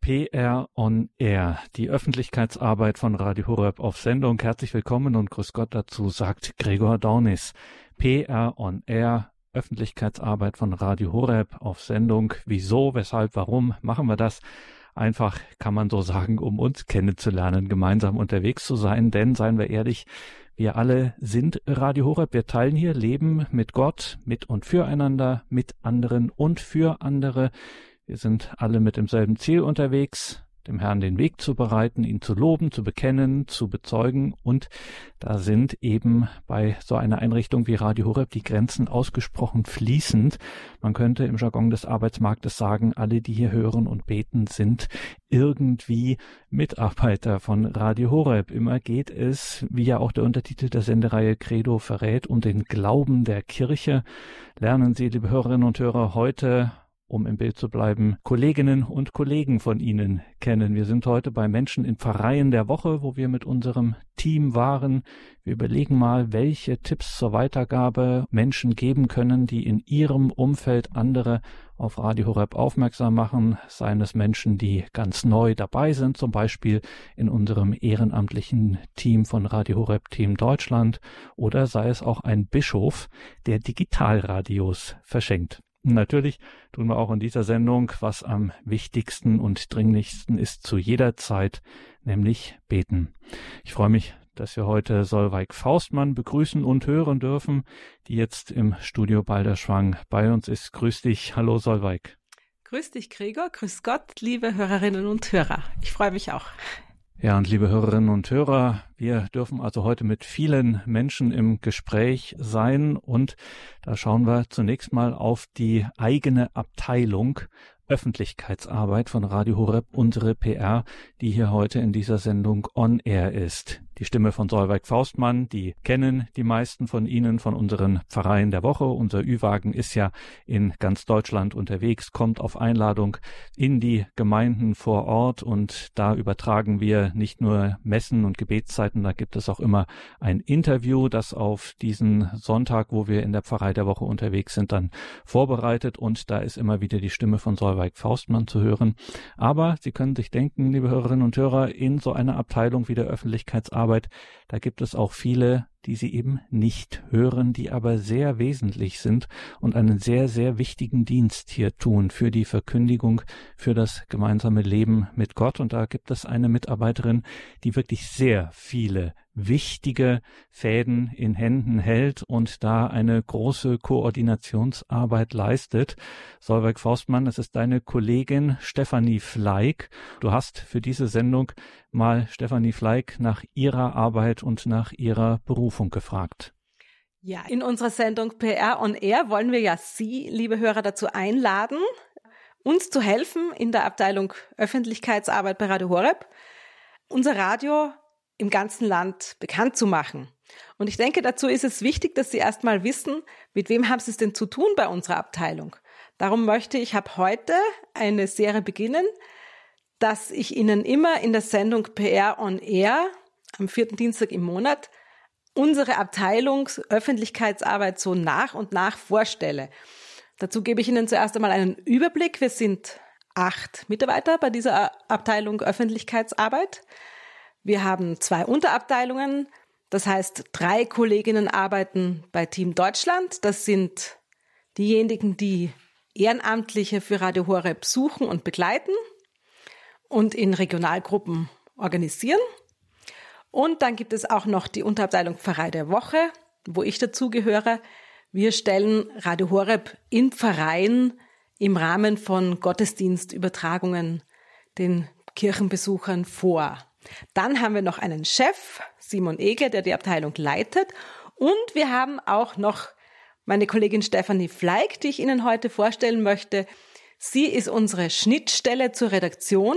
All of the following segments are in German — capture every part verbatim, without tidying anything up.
P R on Air, die Öffentlichkeitsarbeit von Radio Horeb auf Sendung. Herzlich willkommen und grüß Gott dazu, sagt Gregor Dornis. P R on Air, Öffentlichkeitsarbeit von Radio Horeb auf Sendung. Wieso, weshalb, warum machen wir das? Einfach, kann man so sagen, um uns kennenzulernen, gemeinsam unterwegs zu sein. Denn, seien wir ehrlich, wir alle sind Radio Horeb. Wir teilen hier Leben mit Gott, mit und füreinander, mit anderen und für andere. Wir sind alle mit demselben Ziel unterwegs, dem Herrn den Weg zu bereiten, ihn zu loben, zu bekennen, zu bezeugen. Und da sind eben bei so einer Einrichtung wie Radio Horeb die Grenzen ausgesprochen fließend. Man könnte im Jargon des Arbeitsmarktes sagen, alle, die hier hören und beten, sind irgendwie Mitarbeiter von Radio Horeb. Immer geht es, wie ja auch der Untertitel der Sendereihe Credo verrät, um den Glauben der Kirche. Lernen Sie, liebe Hörerinnen und Hörer, heute, um im Bild zu bleiben, Kolleginnen und Kollegen von Ihnen kennen. Wir sind heute bei Menschen in Pfarreien der Woche, wo wir mit unserem Team waren. Wir überlegen mal, welche Tipps zur Weitergabe Menschen geben können, die in ihrem Umfeld andere auf Radio Horeb aufmerksam machen. Seien es Menschen, die ganz neu dabei sind, zum Beispiel in unserem ehrenamtlichen Team von Radio Horeb Team Deutschland, oder sei es auch ein Bischof, der Digitalradios verschenkt. Natürlich tun wir auch in dieser Sendung, was am wichtigsten und dringlichsten ist zu jeder Zeit, nämlich beten. Ich freue mich, dass wir heute Solveig Faustmann begrüßen und hören dürfen, die jetzt im Studio Balderschwang bei uns ist. Grüß dich. Hallo Solveig. Grüß dich, Gregor. Grüß Gott, liebe Hörerinnen und Hörer. Ich freue mich auch. Ja, und liebe Hörerinnen und Hörer, wir dürfen also heute mit vielen Menschen im Gespräch sein, und da schauen wir zunächst mal auf die eigene Abteilung Öffentlichkeitsarbeit von Radio Horeb, unsere P R, die hier heute in dieser Sendung on air ist. Die Stimme von Solveig Faustmann, die kennen die meisten von Ihnen von unseren Pfarreien der Woche. Unser Ü-Wagen ist ja in ganz Deutschland unterwegs, kommt auf Einladung in die Gemeinden vor Ort, und da übertragen wir nicht nur Messen und Gebetszeiten, da gibt es auch immer ein Interview, das auf diesen Sonntag, wo wir in der Pfarrei der Woche unterwegs sind, dann vorbereitet, und da ist immer wieder die Stimme von Solveig Faustmann zu hören. Aber Sie können sich denken, liebe Hörerinnen und Hörer, in so einer Abteilung wie der Öffentlichkeitsarbeit, da gibt es auch viele, die Sie eben nicht hören, die aber sehr wesentlich sind und einen sehr, sehr wichtigen Dienst hier tun für die Verkündigung, für das gemeinsame Leben mit Gott. Und da gibt es eine Mitarbeiterin, die wirklich sehr viele wichtige Fäden in Händen hält und da eine große Koordinationsarbeit leistet. Solveig Faustmann, es ist deine Kollegin Stefanie Fleig. Du hast für diese Sendung mal Stefanie Fleig nach ihrer Arbeit und nach ihrer Berufung gefragt. Ja, in unserer Sendung P R on Air wollen wir ja Sie, liebe Hörer, dazu einladen, uns zu helfen in der Abteilung Öffentlichkeitsarbeit bei Radio Horeb, unser Radio im ganzen Land bekannt zu machen. Und ich denke, dazu ist es wichtig, dass Sie erstmal wissen, mit wem haben Sie es denn zu tun bei unserer Abteilung. Darum möchte ich ab heute eine Serie beginnen, dass ich Ihnen immer in der Sendung P R on Air am vierten Dienstag im Monat unsere Abteilung Öffentlichkeitsarbeit so nach und nach vorstelle. Dazu gebe ich Ihnen zuerst einmal einen Überblick. Wir sind acht Mitarbeiter bei dieser Abteilung Öffentlichkeitsarbeit. Wir haben zwei Unterabteilungen, das heißt, drei Kolleginnen arbeiten bei Team Deutschland. Das sind diejenigen, die Ehrenamtliche für Radio Horeb suchen und begleiten und in Regionalgruppen organisieren. Und dann gibt es auch noch die Unterabteilung Pfarrei der Woche, wo ich dazugehöre. Wir stellen Radio Horeb in Pfarreien im Rahmen von Gottesdienstübertragungen den Kirchenbesuchern vor. Dann haben wir noch einen Chef, Simon Egler, der die Abteilung leitet. Und wir haben auch noch meine Kollegin Stefanie Fleig, die ich Ihnen heute vorstellen möchte. Sie ist unsere Schnittstelle zur Redaktion,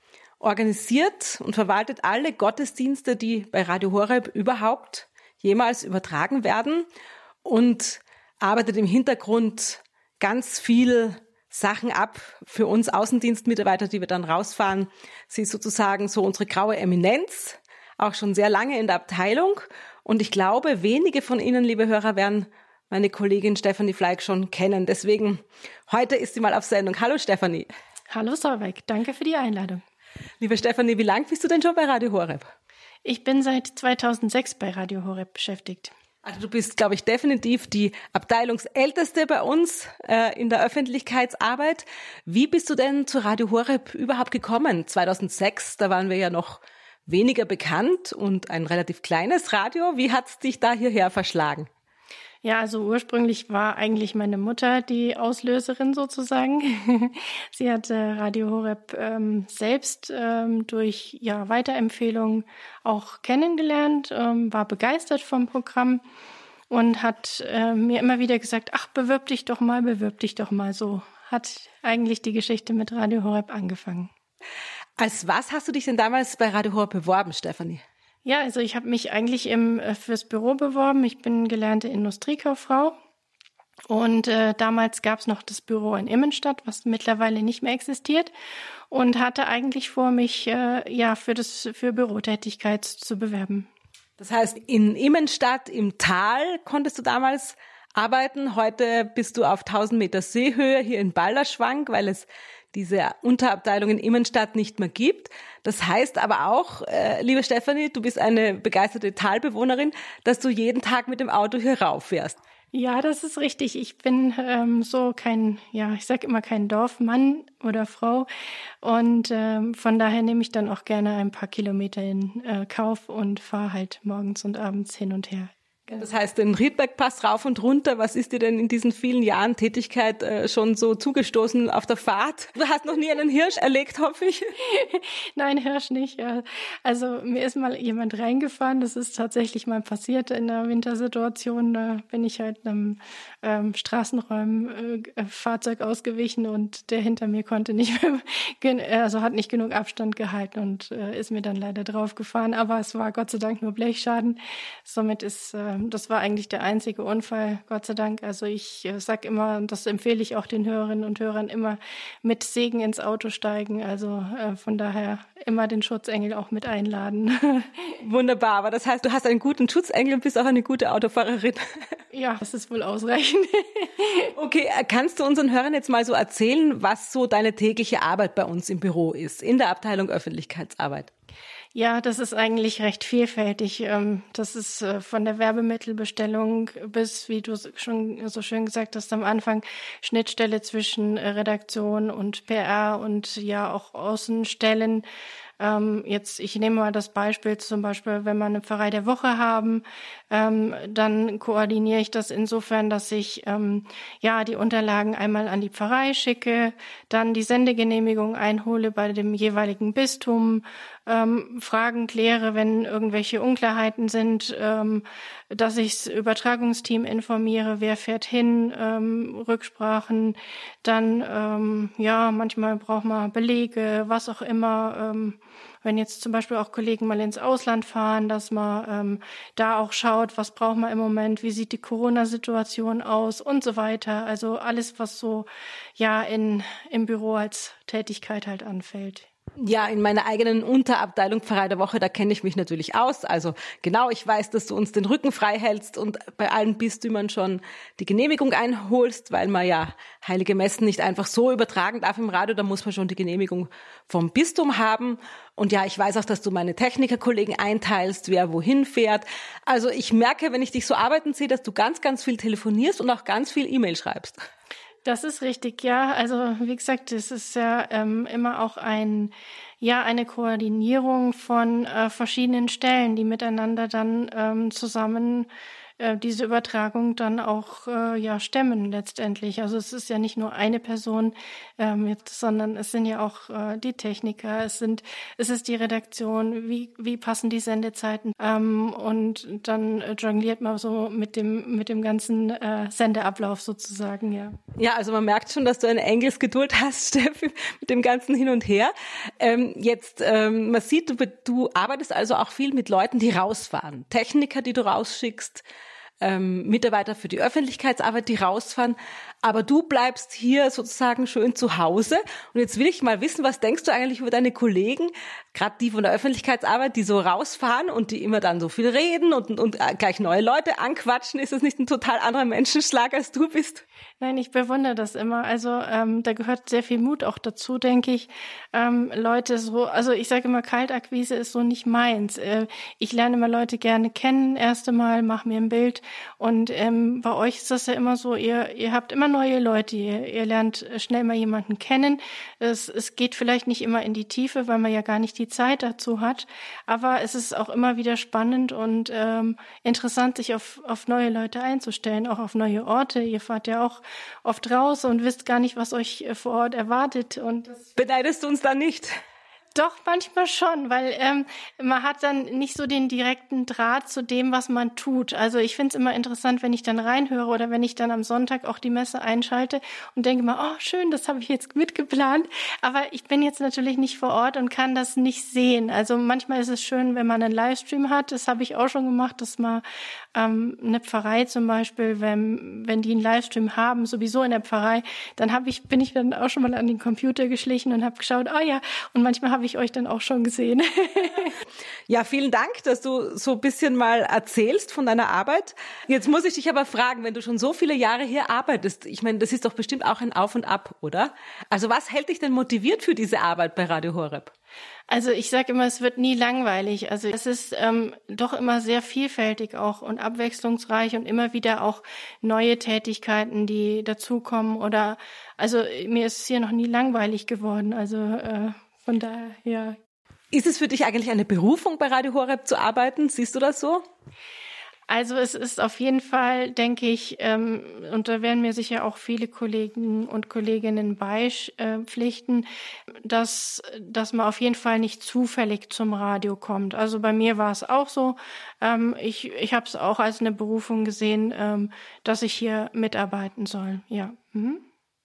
organisiert und verwaltet alle Gottesdienste, die bei Radio Horeb überhaupt jemals übertragen werden, und arbeitet im Hintergrund ganz viel Sachen ab für uns Außendienstmitarbeiter, die wir dann rausfahren. Sie ist sozusagen so unsere graue Eminenz, auch schon sehr lange in der Abteilung. Und ich glaube, wenige von Ihnen, liebe Hörer, werden meine Kollegin Stefanie Fleig schon kennen. Deswegen, heute ist sie mal auf Sendung. Hallo Stefanie. Hallo Solveig, danke für die Einladung. Liebe Stefanie, wie lange bist du denn schon bei Radio Horeb? Ich bin seit zweitausendsechs bei Radio Horeb beschäftigt. Also du bist, glaube ich, definitiv die Abteilungsälteste bei uns äh, in der Öffentlichkeitsarbeit. Wie bist du denn zu Radio Horeb überhaupt gekommen? zweitausendsechs, da waren wir ja noch weniger bekannt und ein relativ kleines Radio. Wie hat's dich da hierher verschlagen? Ja, also ursprünglich war eigentlich meine Mutter die Auslöserin sozusagen. Sie hat äh, Radio Horeb ähm, selbst ähm, durch ja, Weiterempfehlungen auch kennengelernt, ähm, war begeistert vom Programm und hat äh, mir immer wieder gesagt, ach, bewirb dich doch mal, bewirb dich doch mal. So hat eigentlich die Geschichte mit Radio Horeb angefangen. Als was hast du dich denn damals bei Radio Horeb beworben, Stefanie? Ja, also ich habe mich eigentlich im, äh, fürs Büro beworben. Ich bin gelernte Industriekauffrau und äh, damals gab es noch das Büro in Immenstadt, was mittlerweile nicht mehr existiert, und hatte eigentlich vor, mich äh, ja für das für Bürotätigkeit zu bewerben. Das heißt, in Immenstadt im Tal konntest du damals arbeiten. Heute bist du auf tausend Meter Seehöhe hier in Balderschwang, weil es diese Unterabteilung in Immenstadt nicht mehr gibt. Das heißt aber auch, äh, liebe Stefanie, du bist eine begeisterte Talbewohnerin, dass du jeden Tag mit dem Auto hier rauffährst. Ja, das ist richtig. Ich bin ähm, so kein, ja, ich sag immer kein Dorfmann oder Frau, und ähm, von daher nehme ich dann auch gerne ein paar Kilometer in äh, Kauf und fahre halt morgens und abends hin und her. Das heißt, den Riedbergpass rauf und runter. Was ist dir denn in diesen vielen Jahren Tätigkeit äh, schon so zugestoßen auf der Fahrt? Du hast noch nie einen Hirsch erlegt, hoffe ich? Nein, Hirsch nicht. Also mir ist mal jemand reingefahren. Das ist tatsächlich mal passiert in einer Wintersituation. Da bin ich halt einem ähm, Straßenräumen äh, Fahrzeug ausgewichen und der hinter mir konnte nicht mehr, also hat nicht genug Abstand gehalten und äh, ist mir dann leider draufgefahren. Aber es war Gott sei Dank nur Blechschaden. Somit ist äh, Das war eigentlich der einzige Unfall, Gott sei Dank. Also ich äh, sag immer, das empfehle ich auch den Hörerinnen und Hörern, immer mit Segen ins Auto steigen. Also äh, von daher immer den Schutzengel auch mit einladen. Wunderbar, aber das heißt, du hast einen guten Schutzengel und bist auch eine gute Autofahrerin. Ja, das ist wohl ausreichend. Okay, kannst du unseren Hörern jetzt mal so erzählen, was so deine tägliche Arbeit bei uns im Büro ist, in der Abteilung Öffentlichkeitsarbeit? Ja, das ist eigentlich recht vielfältig. Das ist von der Werbemittelbestellung bis, wie du schon so schön gesagt hast am Anfang, Schnittstelle zwischen Redaktion und P R und ja auch Außenstellen. Ähm, jetzt, ich nehme mal das Beispiel, zum Beispiel, wenn wir eine Pfarrei der Woche haben, ähm, dann koordiniere ich das insofern, dass ich ähm, ja die Unterlagen einmal an die Pfarrei schicke, dann die Sendegenehmigung einhole bei dem jeweiligen Bistum, ähm, Fragen kläre, wenn irgendwelche Unklarheiten sind, ähm, dass ich das Übertragungsteam informiere, wer fährt hin, ähm, Rücksprachen, dann ähm, ja manchmal braucht man Belege, was auch immer. Ähm, wenn jetzt zum Beispiel auch Kollegen mal ins Ausland fahren, dass man ähm, da auch schaut, was braucht man im Moment, wie sieht die Corona-Situation aus und so weiter. Also alles, was so ja in im Büro als Tätigkeit halt anfällt. Ja, in meiner eigenen Unterabteilung Pfarrei der Woche, da kenne ich mich natürlich aus. Also genau, ich weiß, dass du uns den Rücken frei hältst und bei allen Bistümern schon die Genehmigung einholst, weil man ja heilige Messen nicht einfach so übertragen darf im Radio. Da muss man schon die Genehmigung vom Bistum haben. Und ja, ich weiß auch, dass du meine Technikerkollegen einteilst, wer wohin fährt. Also ich merke, wenn ich dich so arbeiten sehe, dass du ganz, ganz viel telefonierst und auch ganz viel E-Mail schreibst. Das ist richtig, ja. Also wie gesagt, es ist ja ähm, immer auch ein, ja, eine Koordinierung von äh, verschiedenen Stellen, die miteinander dann ähm, zusammen äh, diese Übertragung dann auch äh, ja stemmen letztendlich. Also es ist ja nicht nur eine Person, ähm, jetzt, sondern es sind ja auch äh, die Techniker, es sind, es ist die Redaktion, wie wie passen die Sendezeiten, ähm, und dann äh, jongliert man so mit dem mit dem ganzen äh, Sendeablauf sozusagen, ja. Ja, also man merkt schon, dass du eine Engelsgeduld hast, Steffi, mit dem ganzen Hin und Her. Ähm, jetzt, ähm, man sieht, du, du arbeitest also auch viel mit Leuten, die rausfahren, Techniker, die du rausschickst. ähm, Mitarbeiter für die Öffentlichkeitsarbeit, die rausfahren. Aber du bleibst hier sozusagen schön zu Hause. Und jetzt will ich mal wissen, was denkst du eigentlich über deine Kollegen, gerade die von der Öffentlichkeitsarbeit, die so rausfahren und die immer dann so viel reden und, und, und gleich neue Leute anquatschen? Ist das nicht ein total anderer Menschenschlag, als du bist? Nein, ich bewundere das immer. Also ähm, da gehört sehr viel Mut auch dazu, denke ich. Ähm, Leute so, also ich sage immer, Kaltakquise ist so nicht meins. Äh, ich lerne immer Leute gerne kennen, erst einmal, mache mir ein Bild. Und ähm, bei euch ist das ja immer so, ihr ihr habt immer neue Leute, ihr, ihr lernt schnell mal jemanden kennen. Es, es geht vielleicht nicht immer in die Tiefe, weil man ja gar nicht die Zeit dazu hat. Aber es ist auch immer wieder spannend und ähm, interessant, sich auf auf neue Leute einzustellen, auch auf neue Orte. Ihr fahrt ja auch oft raus und wisst gar nicht, was euch vor Ort erwartet. Und das beneidest du uns da nicht? Doch, manchmal schon, weil ähm, man hat dann nicht so den direkten Draht zu dem, was man tut. Also ich finde es immer interessant, wenn ich dann reinhöre oder wenn ich dann am Sonntag auch die Messe einschalte und denke mal, oh schön, das habe ich jetzt mitgeplant. Aber ich bin jetzt natürlich nicht vor Ort und kann das nicht sehen. Also manchmal ist es schön, wenn man einen Livestream hat. Das habe ich auch schon gemacht, dass man ähm, eine Pfarrei zum Beispiel, wenn wenn die einen Livestream haben, sowieso in der Pfarrei, dann habe ich bin ich dann auch schon mal an den Computer geschlichen und habe geschaut, oh ja, und manchmal habe ich euch dann auch schon gesehen. Ja, vielen Dank, dass du so ein bisschen mal erzählst von deiner Arbeit. Jetzt muss ich dich aber fragen, wenn du schon so viele Jahre hier arbeitest, ich meine, das ist doch bestimmt auch ein Auf und Ab, oder? Also was hält dich denn motiviert für diese Arbeit bei Radio Horeb? Also ich sage immer, es wird nie langweilig. Also es ist ähm, doch immer sehr vielfältig auch und abwechslungsreich und immer wieder auch neue Tätigkeiten, die dazukommen. Oder also mir ist es hier noch nie langweilig geworden. Also äh, von daher, ja. Ist es für dich eigentlich eine Berufung, bei Radio Horeb zu arbeiten? Siehst du das so? Also es ist auf jeden Fall, denke ich, ähm, und da werden mir sicher auch viele Kollegen und Kolleginnen beipflichten, dass, dass man auf jeden Fall nicht zufällig zum Radio kommt. Also bei mir war es auch so. Ähm, ich ich habe es auch als eine Berufung gesehen, ähm, dass ich hier mitarbeiten soll. Ja. Mhm.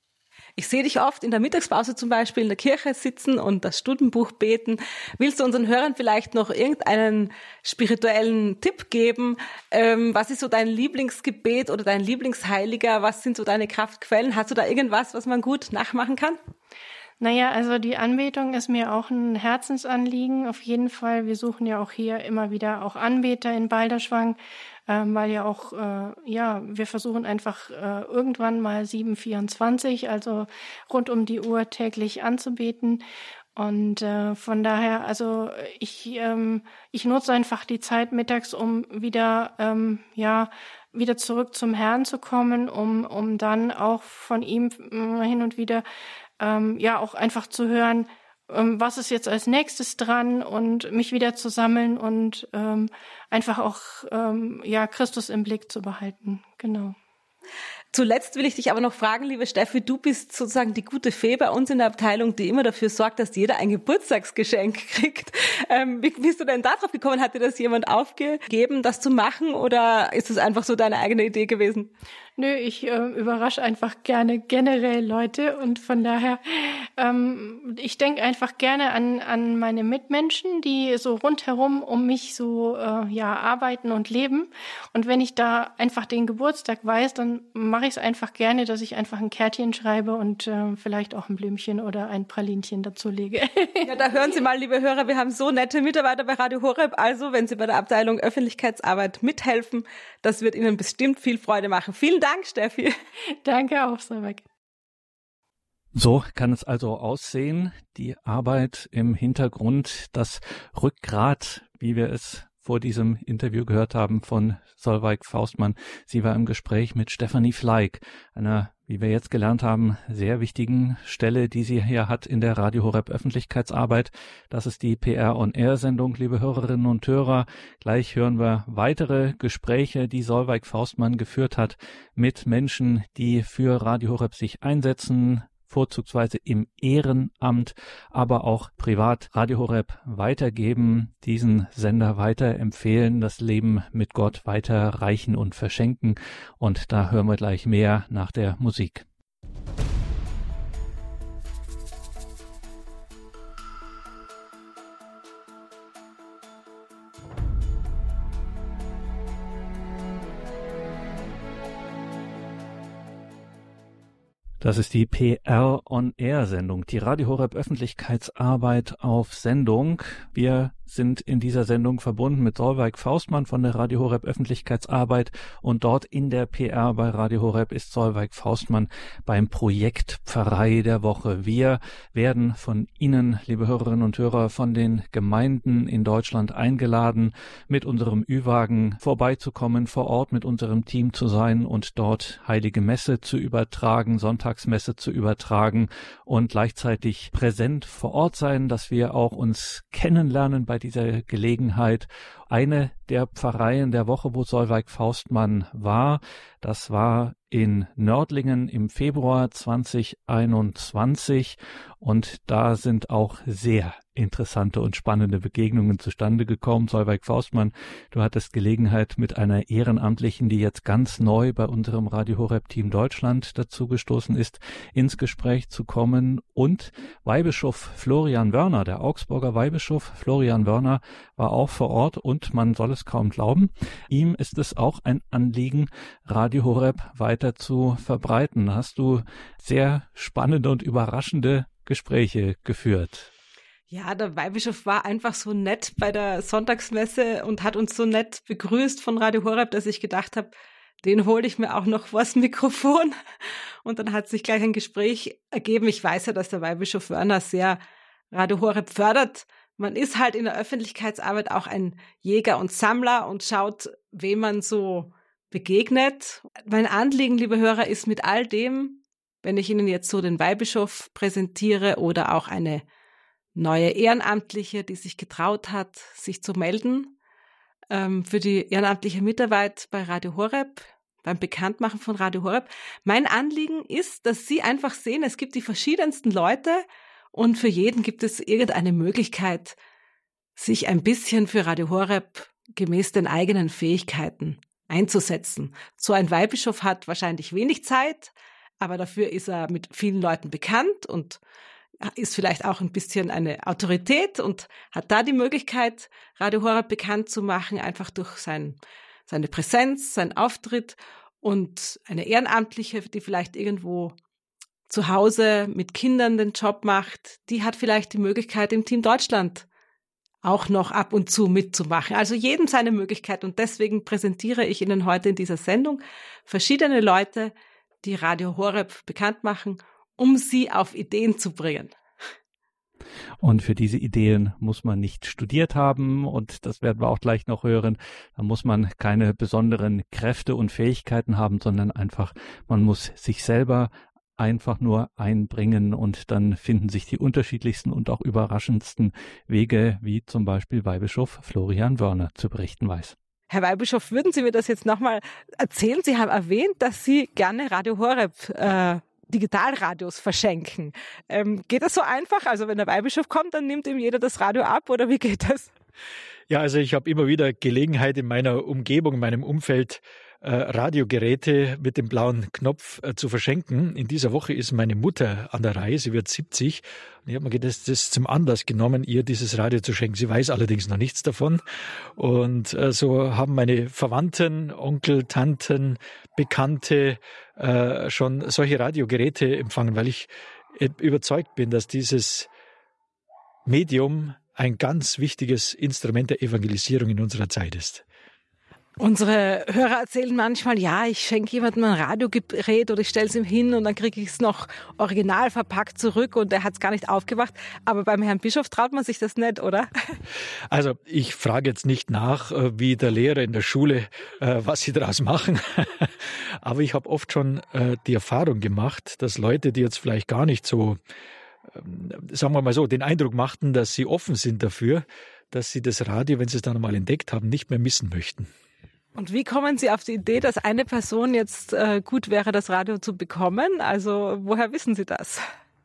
Ich sehe dich oft in der Mittagspause zum Beispiel in der Kirche sitzen und das Stundenbuch beten. Willst du unseren Hörern vielleicht noch irgendeinen spirituellen Tipp geben? Ähm, was ist so dein Lieblingsgebet oder dein Lieblingsheiliger? Was sind so deine Kraftquellen? Hast du da irgendwas, was man gut nachmachen kann? Naja, also die Anbetung ist mir auch ein Herzensanliegen. Auf jeden Fall. Wir suchen ja auch hier immer wieder auch Anbeter in Balderschwang, ähm, weil ja auch, äh, ja, wir versuchen einfach äh, irgendwann mal sieben vierundzwanzig, also rund um die Uhr täglich anzubeten. Und äh, von daher, also ich ähm, ich nutze einfach die Zeit mittags, um wieder, ähm, ja, wieder zurück zum Herrn zu kommen, um um dann auch von ihm äh, hin und wieder Ähm, ja, auch einfach zu hören, ähm, was ist jetzt als nächstes dran und mich wieder zu sammeln und ähm, einfach auch ähm, ja Christus im Blick zu behalten. Genau. Zuletzt will ich dich aber noch fragen, liebe Steffi, du bist sozusagen die gute Fee bei uns in der Abteilung, die immer dafür sorgt, dass jeder ein Geburtstagsgeschenk kriegt. Ähm, wie bist du denn da drauf gekommen? Hat dir das jemand aufgegeben, das zu machen, oder ist es einfach so deine eigene Idee gewesen? Nö, ich äh, überrasche einfach gerne generell Leute und von daher, ähm, ich denke einfach gerne an an meine Mitmenschen, die so rundherum um mich so äh, ja arbeiten und leben. Und wenn ich da einfach den Geburtstag weiß, dann mache ich es einfach gerne, dass ich einfach ein Kärtchen schreibe und äh, vielleicht auch ein Blümchen oder ein Pralinchen dazu lege. Ja, da hören Sie mal, liebe Hörer, wir haben so nette Mitarbeiter bei Radio Horeb. Also, wenn Sie bei der Abteilung Öffentlichkeitsarbeit mithelfen, das wird Ihnen bestimmt viel Freude machen. Vielen Dank, Steffi. Danke auch, Sabek. So kann es also aussehen. Die Arbeit im Hintergrund, das Rückgrat, wie wir es vor diesem Interview gehört haben von Solveig Faustmann. Sie war im Gespräch mit Stefanie Fleig, einer, wie wir jetzt gelernt haben, sehr wichtigen Stelle, die sie hier hat in der Radio Horeb Öffentlichkeitsarbeit. Das ist die P R On Air Sendung, liebe Hörerinnen und Hörer. Gleich hören wir weitere Gespräche, die Solveig Faustmann geführt hat mit Menschen, die für Radio Horeb sich einsetzen, vorzugsweise im Ehrenamt, aber auch privat Radio Horeb weitergeben, diesen Sender weiterempfehlen, das Leben mit Gott weiterreichen und verschenken. Und da hören wir gleich mehr nach der Musik. Das ist die P R on Air Sendung, die Radio Horeb Öffentlichkeitsarbeit auf Sendung. Wir sind in dieser Sendung verbunden mit Solveig Faustmann von der Radio Horeb Öffentlichkeitsarbeit und dort in der P R bei Radio Horeb ist Solveig Faustmann beim Projekt Pfarrei der Woche. Wir werden von Ihnen, liebe Hörerinnen und Hörer, von den Gemeinden in Deutschland eingeladen, mit unserem Ü-Wagen vorbeizukommen, vor Ort mit unserem Team zu sein und dort Heilige Messe zu übertragen, Sonntagsmesse zu übertragen und gleichzeitig präsent vor Ort sein, dass wir auch uns kennenlernen bei dieser Gelegenheit. Eine der Pfarreien der Woche, wo Solveig Faustmann war, das war in Nördlingen im Februar zwanzig einundzwanzig und da sind auch sehr interessante und spannende Begegnungen zustande gekommen. Solveig Faustmann, du hattest Gelegenheit, mit einer Ehrenamtlichen, die jetzt ganz neu bei unserem Radio Horeb Team Deutschland dazugestoßen ist, ins Gespräch zu kommen und Weihbischof Florian Wörner, der Augsburger Weihbischof Florian Wörner, war auch vor Ort und man soll es kaum glauben, ihm ist es auch ein Anliegen, Radio Horeb weiter zu verbreiten. Hast du sehr spannende und überraschende Gespräche geführt? Ja, der Weihbischof war einfach so nett bei der Sonntagsmesse und hat uns so nett begrüßt von Radio Horeb, dass ich gedacht habe, den hole ich mir auch noch vors Mikrofon. Und dann hat sich gleich ein Gespräch ergeben. Ich weiß ja, dass der Weihbischof Wörner sehr Radio Horeb fördert. Man ist halt in der Öffentlichkeitsarbeit auch ein Jäger und Sammler und schaut, wem man so begegnet. Mein Anliegen, liebe Hörer, ist mit all dem, wenn ich Ihnen jetzt so den Weihbischof präsentiere oder auch eine neue Ehrenamtliche, die sich getraut hat, sich zu melden, ähm, für die ehrenamtliche Mitarbeit bei Radio Horeb, beim Bekanntmachen von Radio Horeb. Mein Anliegen ist, dass Sie einfach sehen, es gibt die verschiedensten Leute und für jeden gibt es irgendeine Möglichkeit, sich ein bisschen für Radio Horeb gemäß den eigenen Fähigkeiten einzusetzen. So ein Weihbischof hat wahrscheinlich wenig Zeit, aber dafür ist er mit vielen Leuten bekannt und ist vielleicht auch ein bisschen eine Autorität und hat da die Möglichkeit, Radio Horeb bekannt zu machen, einfach durch sein, seine Präsenz, seinen Auftritt. Und eine Ehrenamtliche, die vielleicht irgendwo zu Hause mit Kindern den Job macht, die hat vielleicht die Möglichkeit, im Team Deutschland auch noch ab und zu mitzumachen. Also jedem seine Möglichkeit. Und deswegen präsentiere ich Ihnen heute in dieser Sendung verschiedene Leute, die Radio Horeb bekannt machen, um sie auf Ideen zu bringen. Und für diese Ideen muss man nicht studiert haben und das werden wir auch gleich noch hören. Da muss man keine besonderen Kräfte und Fähigkeiten haben, sondern einfach, man muss sich selber einfach nur einbringen und dann finden sich die unterschiedlichsten und auch überraschendsten Wege, wie zum Beispiel Weihbischof Florian Wörner zu berichten weiß. Herr Weihbischof, würden Sie mir das jetzt nochmal erzählen? Sie haben erwähnt, dass Sie gerne Radio Horeb äh, Digitalradios verschenken. Ähm, geht das so einfach? Also wenn der Weihbischof kommt, dann nimmt ihm jeder das Radio ab oder wie geht das? Ja, also ich habe immer wieder Gelegenheit in meiner Umgebung, in meinem Umfeld, äh, Radiogeräte mit dem blauen Knopf äh, zu verschenken. In dieser Woche ist meine Mutter an der Reihe, sie wird siebzig. Und ich habe mir gedacht, das zum Anlass genommen, ihr dieses Radio zu schenken. Sie weiß allerdings noch nichts davon. Und äh, so haben meine Verwandten, Onkel, Tanten, Bekannte äh, schon solche Radiogeräte empfangen, weil ich äh, überzeugt bin, dass dieses Medium ein ganz wichtiges Instrument der Evangelisierung in unserer Zeit ist. Unsere Hörer erzählen manchmal, ja, ich schenke jemandem ein Radiogerät oder ich stelle es ihm hin und dann kriege ich es noch original verpackt zurück und er hat es gar nicht aufgewacht. Aber beim Herrn Bischof traut man sich das nicht, oder? Also ich frage jetzt nicht nach, wie der Lehrer in der Schule, was sie daraus machen. Aber ich habe oft schon die Erfahrung gemacht, dass Leute, die jetzt vielleicht gar nicht so, sagen wir mal so, den Eindruck machten, dass sie offen sind dafür, dass sie das Radio, wenn sie es dann einmal entdeckt haben, nicht mehr missen möchten. Und wie kommen Sie auf die Idee, dass eine Person jetzt äh, gut wäre, das Radio zu bekommen? Also woher wissen Sie das?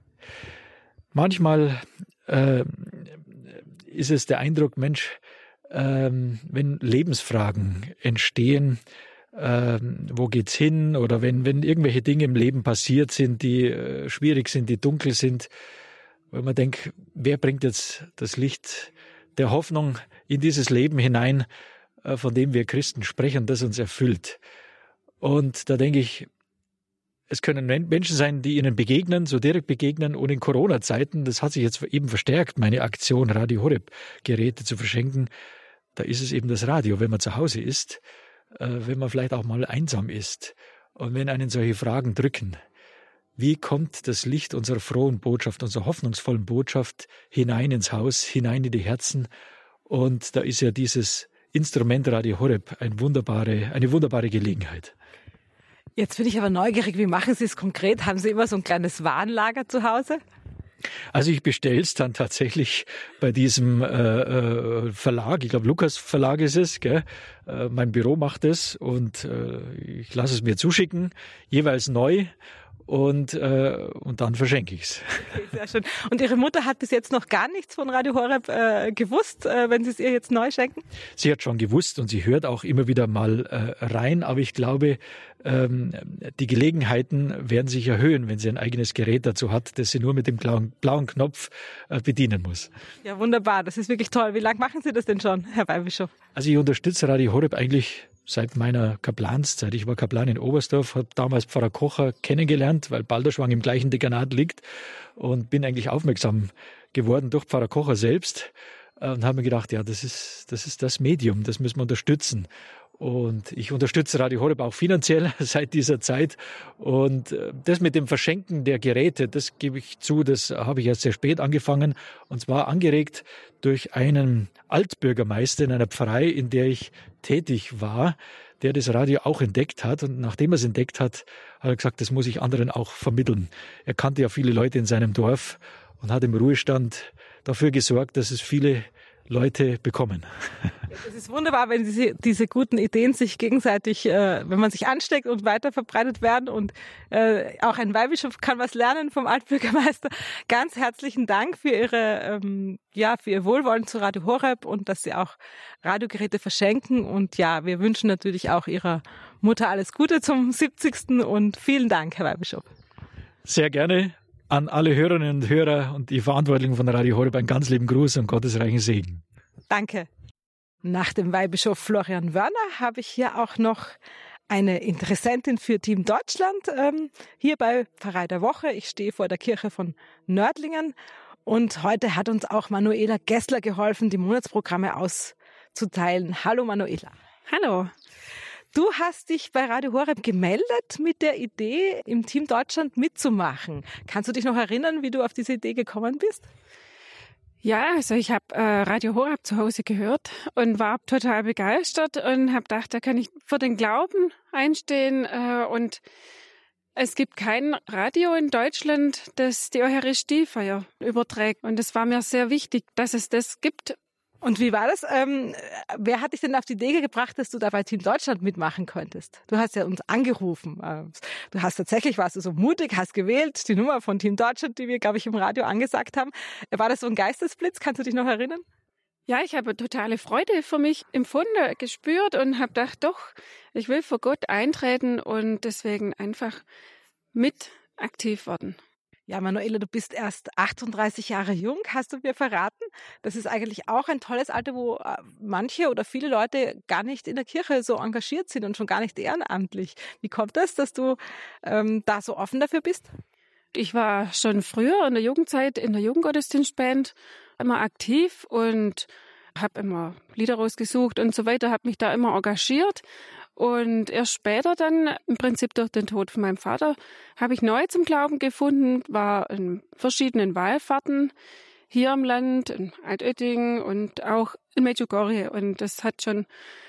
Manchmal äh, ist es der Eindruck, Mensch, äh, wenn Lebensfragen entstehen, äh, wo geht's hin? Oder wenn, wenn irgendwelche Dinge im Leben passiert sind, die äh, schwierig sind, die dunkel sind, weil man denkt, wer bringt jetzt das Licht der Hoffnung in dieses Leben hinein, von dem wir Christen sprechen, das uns erfüllt. Und da denke ich, Es können Menschen sein, die Ihnen begegnen, so direkt begegnen. Und in Corona-Zeiten, das hat sich jetzt eben verstärkt, meine Aktion, Radio Horeb Geräte zu verschenken. Da ist es eben das Radio, wenn man zu Hause ist, wenn man vielleicht auch mal einsam ist. Und wenn einen solche Fragen drücken, wie kommt das Licht unserer frohen Botschaft, unserer hoffnungsvollen Botschaft hinein ins Haus, hinein in die Herzen? Und da ist ja dieses Instrument Radio Horeb eine wunderbare, eine wunderbare Gelegenheit. Jetzt bin ich aber neugierig, wie machen Sie es konkret? Haben Sie immer so ein kleines Warenlager zu Hause? Also ich bestelle es dann tatsächlich bei diesem äh, Verlag, ich glaube Lukas Verlag ist es, gell? Äh, mein Büro macht es und äh, ich lasse es mir zuschicken, jeweils neu. Und, äh, und dann verschenke ich es. Okay, sehr schön. Und Ihre Mutter hat bis jetzt noch gar nichts von Radio Horeb äh, gewusst, äh, wenn Sie es ihr jetzt neu schenken? Sie hat schon gewusst und sie hört auch immer wieder mal äh, rein. Aber ich glaube, ähm, die Gelegenheiten werden sich erhöhen, wenn sie ein eigenes Gerät dazu hat, das sie nur mit dem blauen, blauen Knopf äh, bedienen muss. Ja, wunderbar. Das ist wirklich toll. Wie lange machen Sie das denn schon, Herr Weihbischof? Also ich unterstütze Radio Horeb eigentlich seit meiner Kaplanszeit. Ich war Kaplan in Oberstdorf, habe damals Pfarrer Kocher kennengelernt, weil Balderschwang im gleichen Dekanat liegt und bin eigentlich aufmerksam geworden durch Pfarrer Kocher selbst und habe mir gedacht, ja, das ist, das ist das Medium, das müssen wir unterstützen. Und ich unterstütze Radio Horeb auch finanziell seit dieser Zeit. Und das mit dem Verschenken der Geräte, das gebe ich zu, das habe ich erst sehr spät angefangen. Und zwar angeregt durch einen Altbürgermeister in einer Pfarrei, in der ich tätig war, der das Radio auch entdeckt hat. Und nachdem er es entdeckt hat, hat er gesagt, das muss ich anderen auch vermitteln. Er kannte ja viele Leute in seinem Dorf und hat im Ruhestand dafür gesorgt, dass es viele Leute bekommen. Es ist wunderbar, wenn diese, diese guten Ideen sich gegenseitig, äh, wenn man sich ansteckt und weiter verbreitet werden. Und äh, auch ein Weihbischof kann was lernen vom Altbürgermeister. Ganz herzlichen Dank für Ihre, ähm, ja, für Ihr Wohlwollen zu Radio Horeb und dass Sie auch Radiogeräte verschenken. Und ja, wir wünschen natürlich auch Ihrer Mutter alles Gute zum siebzigsten und vielen Dank, Herr Weihbischof. Sehr gerne. An alle Hörerinnen und Hörer und die Verantwortlichen von Radio Horeb einen ganz lieben Gruß und gottesreichen Segen. Danke. Nach dem Weihbischof Florian Wörner habe ich hier auch noch eine Interessentin für Team Deutschland, ähm, hier bei Pfarrei der Woche. Ich stehe vor der Kirche von Nördlingen und heute hat uns auch Manuela Gessler geholfen, die Monatsprogramme auszuteilen. Hallo Manuela. Hallo. Du hast dich bei Radio Horeb gemeldet mit der Idee, im Team Deutschland mitzumachen. Kannst du dich noch erinnern, wie du auf diese Idee gekommen bist? Ja, also ich habe äh, Radio Horeb zu Hause gehört und war total begeistert und habe gedacht, da kann ich für den Glauben einstehen. Äh, und es gibt kein Radio in Deutschland, das die Eucharistiefeier überträgt. Und es war mir sehr wichtig, dass es das gibt. Und wie war das? Ähm, wer hat dich denn auf die Idee gebracht, dass du da bei Team Deutschland mitmachen könntest? Du hast ja uns angerufen. Du hast tatsächlich, warst du so mutig, hast gewählt, die Nummer von Team Deutschland, die wir, glaube ich, im Radio angesagt haben. War das so ein Geistesblitz? Kannst du dich noch erinnern? Ja, ich habe totale Freude für mich empfunden, gespürt und habe gedacht, doch, ich will für Gott eintreten und deswegen einfach mit aktiv werden. Ja, Manuela, du bist erst achtunddreißig Jahre jung, hast du mir verraten. Das ist eigentlich auch ein tolles Alter, wo manche oder viele Leute gar nicht in der Kirche so engagiert sind und schon gar nicht ehrenamtlich. Wie kommt das, dass du ähm, da so offen dafür bist? Ich war schon früher in der Jugendzeit in der Jugendgottesdienstband immer aktiv und habe immer Lieder rausgesucht und so weiter, habe mich da immer engagiert. Und erst später dann, im Prinzip durch den Tod von meinem Vater, habe ich neu zum Glauben gefunden, war in verschiedenen Wallfahrten hier im Land, in Altötting und auch in Medjugorje. Und das hat schon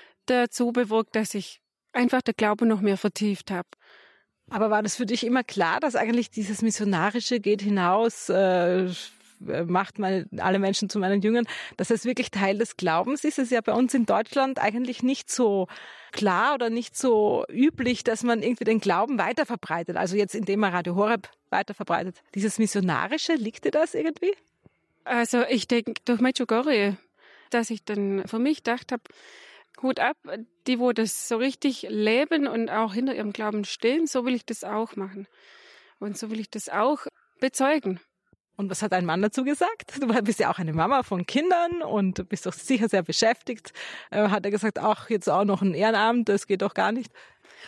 dazu bewirkt, dass ich einfach den Glauben noch mehr vertieft habe. Aber war das für dich immer klar, dass eigentlich dieses Missionarische geht hinaus, äh, macht mal alle Menschen zu meinen Jüngern, dass es wirklich Teil des Glaubens ist? Es ist ja bei uns in Deutschland eigentlich nicht so klar oder nicht so üblich, dass man irgendwie den Glauben weiterverbreitet. Also jetzt, indem man Radio Horeb weiterverbreitet. Dieses Missionarische, liegt dir das irgendwie? Also ich denke, durch Medjugorje, dass ich dann für mich gedacht habe, Hut ab, die, wo das so richtig leben und auch hinter ihrem Glauben stehen, so will ich das auch machen. Und so will ich das auch bezeugen. Und was hat dein Mann dazu gesagt? Du bist ja auch eine Mama von Kindern und du bist doch sicher sehr beschäftigt. Äh, hat er gesagt, ach, jetzt auch noch ein Ehrenamt, das geht doch gar nicht?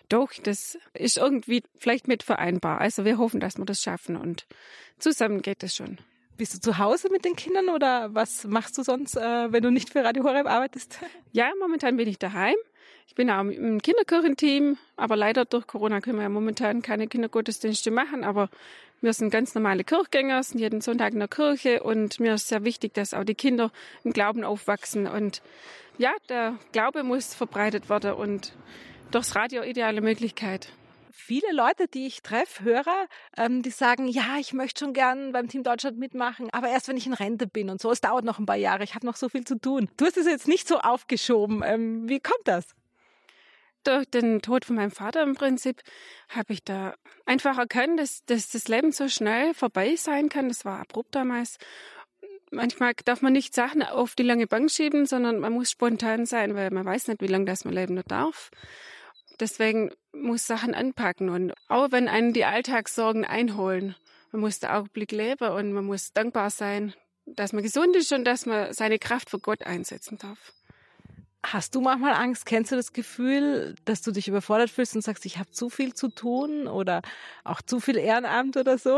doch, das ist irgendwie vielleicht mit vereinbar. Also wir hoffen, dass wir das schaffen und zusammen geht es schon. Bist du zu Hause mit den Kindern oder was machst du sonst, äh, wenn du nicht für Radio Horeb arbeitest? Ja, momentan bin ich daheim. Ich bin auch im Kinderkirchenteam, aber leider durch Corona können wir ja momentan keine Kindergottesdienste machen, aber wir sind ganz normale Kirchgänger, sind jeden Sonntag in der Kirche und mir ist sehr wichtig, dass auch die Kinder im Glauben aufwachsen und ja, der Glaube muss verbreitet werden und durchs Radio ideale Möglichkeit. Viele Leute, die ich treffe, Hörer, ähm, die sagen, ja, ich möchte schon gern beim Team Deutschland mitmachen, aber erst, wenn ich in Rente bin und so. Es dauert noch ein paar Jahre, ich habe noch so viel zu tun. Du hast es jetzt nicht so aufgeschoben. Ähm, wie kommt das? Durch den Tod von meinem Vater im Prinzip habe ich da einfach erkannt, dass, dass das Leben so schnell vorbei sein kann. Das war abrupt damals. Manchmal darf man nicht Sachen auf die lange Bank schieben, sondern man muss spontan sein, weil man weiß nicht, wie lange das man leben noch darf. Deswegen muss Sachen anpacken und auch wenn einen die Alltagssorgen einholen, man muss den Augenblick leben und man muss dankbar sein, dass man gesund ist und dass man seine Kraft für Gott einsetzen darf. Hast du manchmal Angst? Kennst du das Gefühl, dass du dich überfordert fühlst und sagst, ich habe zu viel zu tun oder auch zu viel Ehrenamt oder so?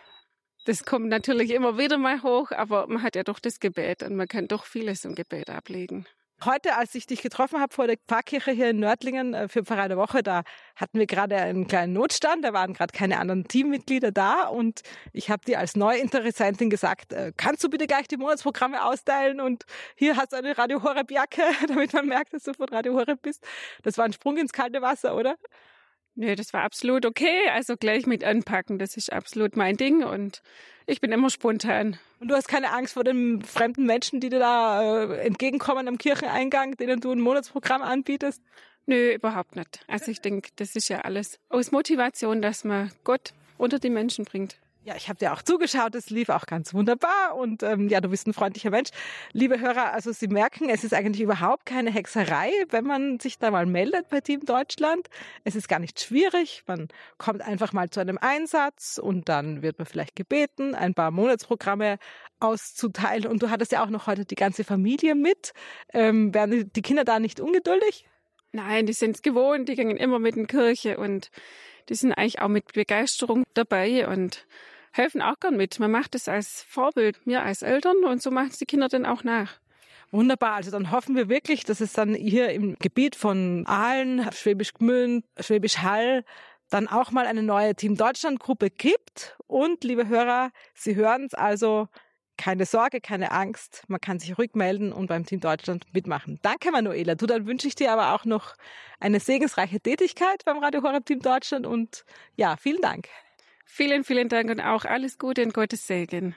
Das kommt natürlich immer wieder mal hoch, aber man hat ja doch das Gebet und man kann doch vieles im Gebet ablegen. Heute, als ich dich getroffen habe vor der Pfarrkirche hier in Nördlingen für Pfarrei der Woche, da hatten wir gerade einen kleinen Notstand, da waren gerade keine anderen Teammitglieder da und ich habe dir als Neuinteressantin gesagt, kannst du bitte gleich die Monatsprogramme austeilen und hier hast du eine Radio Horeb Jacke, damit man merkt, dass du von Radio Horeb bist. Das war ein Sprung ins kalte Wasser, oder? Nee, das war absolut okay, also gleich mit anpacken, das ist absolut mein Ding und ich bin immer spontan. Und du hast keine Angst vor den fremden Menschen, die dir da äh, entgegenkommen am Kircheneingang, denen du ein Monatsprogramm anbietest? Nö, überhaupt nicht. Also ich denke, das ist ja alles aus Motivation, dass man Gott unter die Menschen bringt. Ja, ich habe dir auch zugeschaut, es lief auch ganz wunderbar und ähm, ja, du bist ein freundlicher Mensch. Liebe Hörer, also Sie merken, es ist eigentlich überhaupt keine Hexerei, wenn man sich da mal meldet bei Team Deutschland. Es ist gar nicht schwierig, man kommt einfach mal zu einem Einsatz und dann wird man vielleicht gebeten, ein paar Monatsprogramme auszuteilen und du hattest ja auch noch heute die ganze Familie mit. Ähm, werden die Kinder da nicht ungeduldig? Nein, die sind es gewohnt, die gehen immer mit in die Kirche und die sind eigentlich auch mit Begeisterung dabei und helfen auch gern mit. Man macht es als Vorbild, mir als Eltern und so machen es die Kinder dann auch nach. Wunderbar, also dann hoffen wir wirklich, dass es dann hier im Gebiet von Aalen, Schwäbisch Gmünd, Schwäbisch Hall dann auch mal eine neue Team Deutschland Gruppe gibt. Und liebe Hörer, Sie hören es also, keine Sorge, keine Angst, man kann sich rückmelden und beim Team Deutschland mitmachen. Danke Manuela, du, dann wünsche ich dir aber auch noch eine segensreiche Tätigkeit beim Radio Horeb Team Deutschland und ja, vielen Dank. Vielen, vielen Dank und auch alles Gute und Gottes Segen.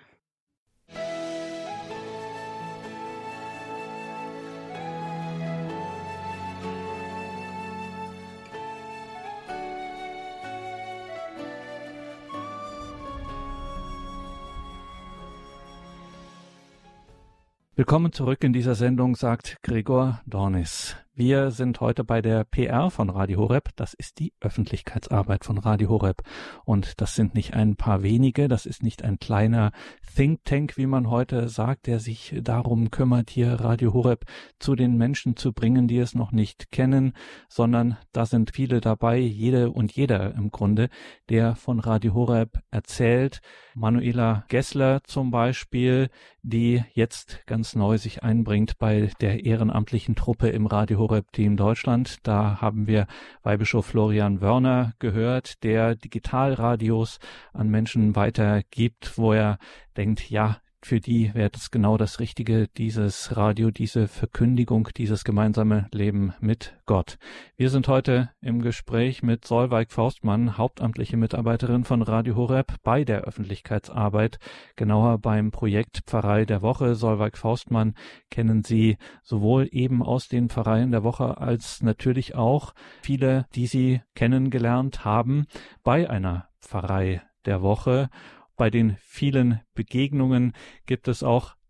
Willkommen zurück in dieser Sendung, sagt Gregor Dornis. Wir sind heute bei der P R von Radio Horeb. Das ist die Öffentlichkeitsarbeit von Radio Horeb. Und das sind nicht ein paar wenige, das ist nicht ein kleiner Think Tank, wie man heute sagt, der sich darum kümmert, hier Radio Horeb zu den Menschen zu bringen, die es noch nicht kennen, sondern da sind viele dabei, jede und jeder im Grunde, der von Radio Horeb erzählt. Manuela Gessler zum Beispiel, die jetzt ganz neu sich einbringt bei der ehrenamtlichen Truppe im Radio Horeb Team Deutschland. Da haben wir Weihbischof Florian Wörner gehört, der Digitalradios an Menschen weitergibt, wo er denkt, ja, für die wäre das genau das Richtige, dieses Radio, diese Verkündigung, dieses gemeinsame Leben mit Gott. Wir sind heute im Gespräch mit Solveig Faustmann, hauptamtliche Mitarbeiterin von Radio Horeb bei der Öffentlichkeitsarbeit, genauer beim Projekt Pfarrei der Woche. Solveig Faustmann kennen Sie sowohl eben aus den Pfarreien der Woche als natürlich auch viele, die Sie kennengelernt haben bei einer Pfarrei der Woche. Bei den vielen Begegnungen gibt es auch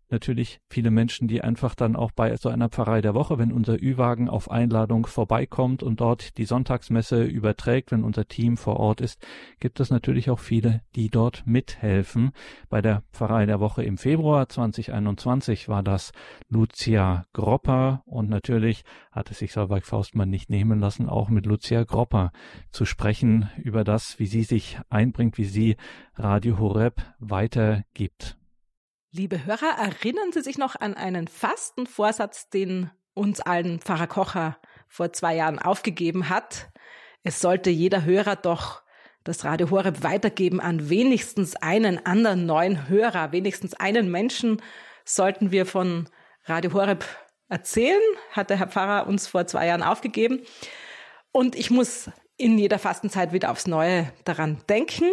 natürlich viele Menschen, die einfach dann auch bei so einer Pfarrei der Woche, wenn unser Ü-Wagen auf Einladung vorbeikommt und dort die Sonntagsmesse überträgt, wenn unser Team vor Ort ist, gibt es natürlich auch viele, die dort mithelfen. Bei der Pfarrei der Woche im Februar zwanzig einundzwanzig war das Lucia Gropper und natürlich hat es sich Solveig Faustmann nicht nehmen lassen, auch mit Lucia Gropper zu sprechen über das, wie sie sich einbringt, wie sie Radio Horeb weitergibt. Liebe Hörer, erinnern Sie sich noch an einen Fastenvorsatz, den uns allen Pfarrer Kocher vor zwei Jahren aufgegeben hat? Es sollte jeder Hörer doch das Radio Horeb weitergeben an wenigstens einen anderen neuen Hörer. Wenigstens einen Menschen sollten wir von Radio Horeb erzählen, hat der Herr Pfarrer uns vor zwei Jahren aufgegeben. Und ich muss in jeder Fastenzeit wieder aufs Neue daran denken.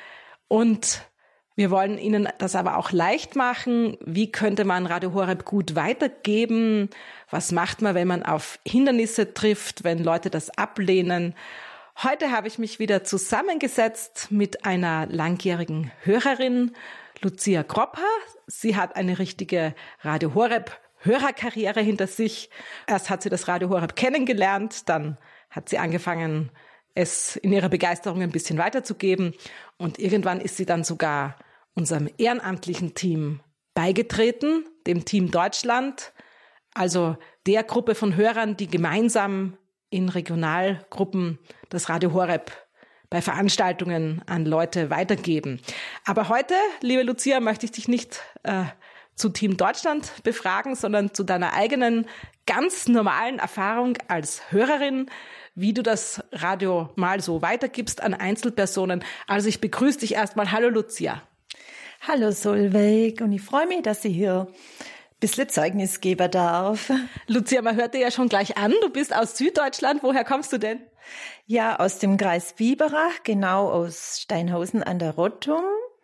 Und wir wollen Ihnen das aber auch leicht machen. Wie könnte man Radio Horeb gut weitergeben? Was macht man, wenn man auf Hindernisse trifft, wenn Leute das ablehnen? Heute habe ich mich wieder zusammengesetzt mit einer langjährigen Hörerin, Lucia Gropper. Sie hat eine richtige Radio Horeb Hörerkarriere hinter sich. Erst hat sie das Radio Horeb kennengelernt, dann hat sie angefangen, es in ihrer Begeisterung ein bisschen weiterzugeben. Und irgendwann ist sie dann sogar unserem ehrenamtlichen Team beigetreten, dem Team Deutschland, also der Gruppe von Hörern, die gemeinsam in Regionalgruppen das Radio Horeb bei Veranstaltungen an Leute weitergeben. Aber heute, liebe Lucia, möchte ich dich nicht äh, zu Team Deutschland befragen, sondern zu deiner eigenen ganz normalen Erfahrung als Hörerin, wie du das Radio mal so weitergibst an Einzelpersonen. Also ich begrüße dich erstmal. Hallo Lucia. Hallo Solveig, und ich freue mich, dass ich hier ein bisschen Zeugnis geben darf. Lucia, man hört dir ja schon gleich an, du bist aus Süddeutschland. Woher kommst du denn? Ja, aus dem Kreis Biberach, genau aus Steinhausen an der Rottum.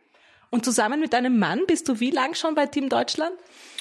Und zusammen mit deinem Mann bist du wie lang schon bei Team Deutschland?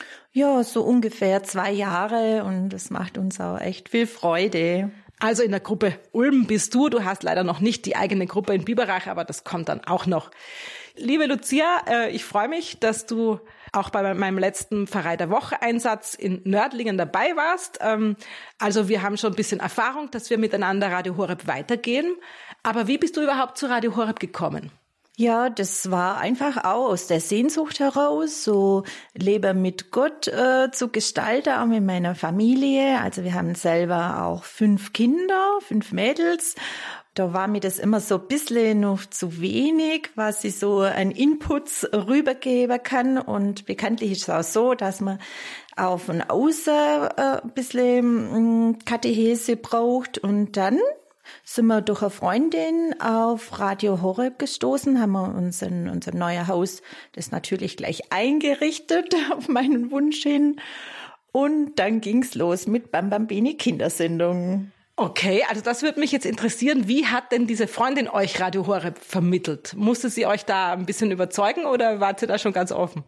Ja, so ungefähr zwei Jahre, und das macht uns auch echt viel Freude. Also in der Gruppe Ulm bist du. Du hast leider noch nicht die eigene Gruppe in Biberach, aber das kommt dann auch noch. Liebe Lucia, ich freue mich, dass du auch bei meinem letzten Pfarrei der Woche Einsatz in Nördlingen dabei warst. Also wir haben schon ein bisschen Erfahrung, dass wir miteinander Radio Horeb weitergehen. Aber wie bist du überhaupt zu Radio Horeb gekommen? Ja, das war einfach auch aus der Sehnsucht heraus, so Leben mit Gott äh, zu gestalten, auch mit meiner Familie. Also wir haben selber auch fünf Kinder, fünf Mädels. Da war mir das immer so ein bisschen noch zu wenig, was ich so an Inputs rübergeben kann. Und bekanntlich ist es auch so, dass man auch von außen äh, ein bisschen äh, Katechese braucht. Und dann sind wir durch eine Freundin auf Radio Horeb gestoßen, haben wir uns in unserem neuen Haus das natürlich gleich eingerichtet, auf meinen Wunsch hin. Und dann ging's los mit Bam Bambini Kindersendungen. Okay, also das würde mich jetzt interessieren. Wie hat denn diese Freundin euch Radio Horeb vermittelt? Musste sie euch da ein bisschen überzeugen oder wart ihr da schon ganz offen?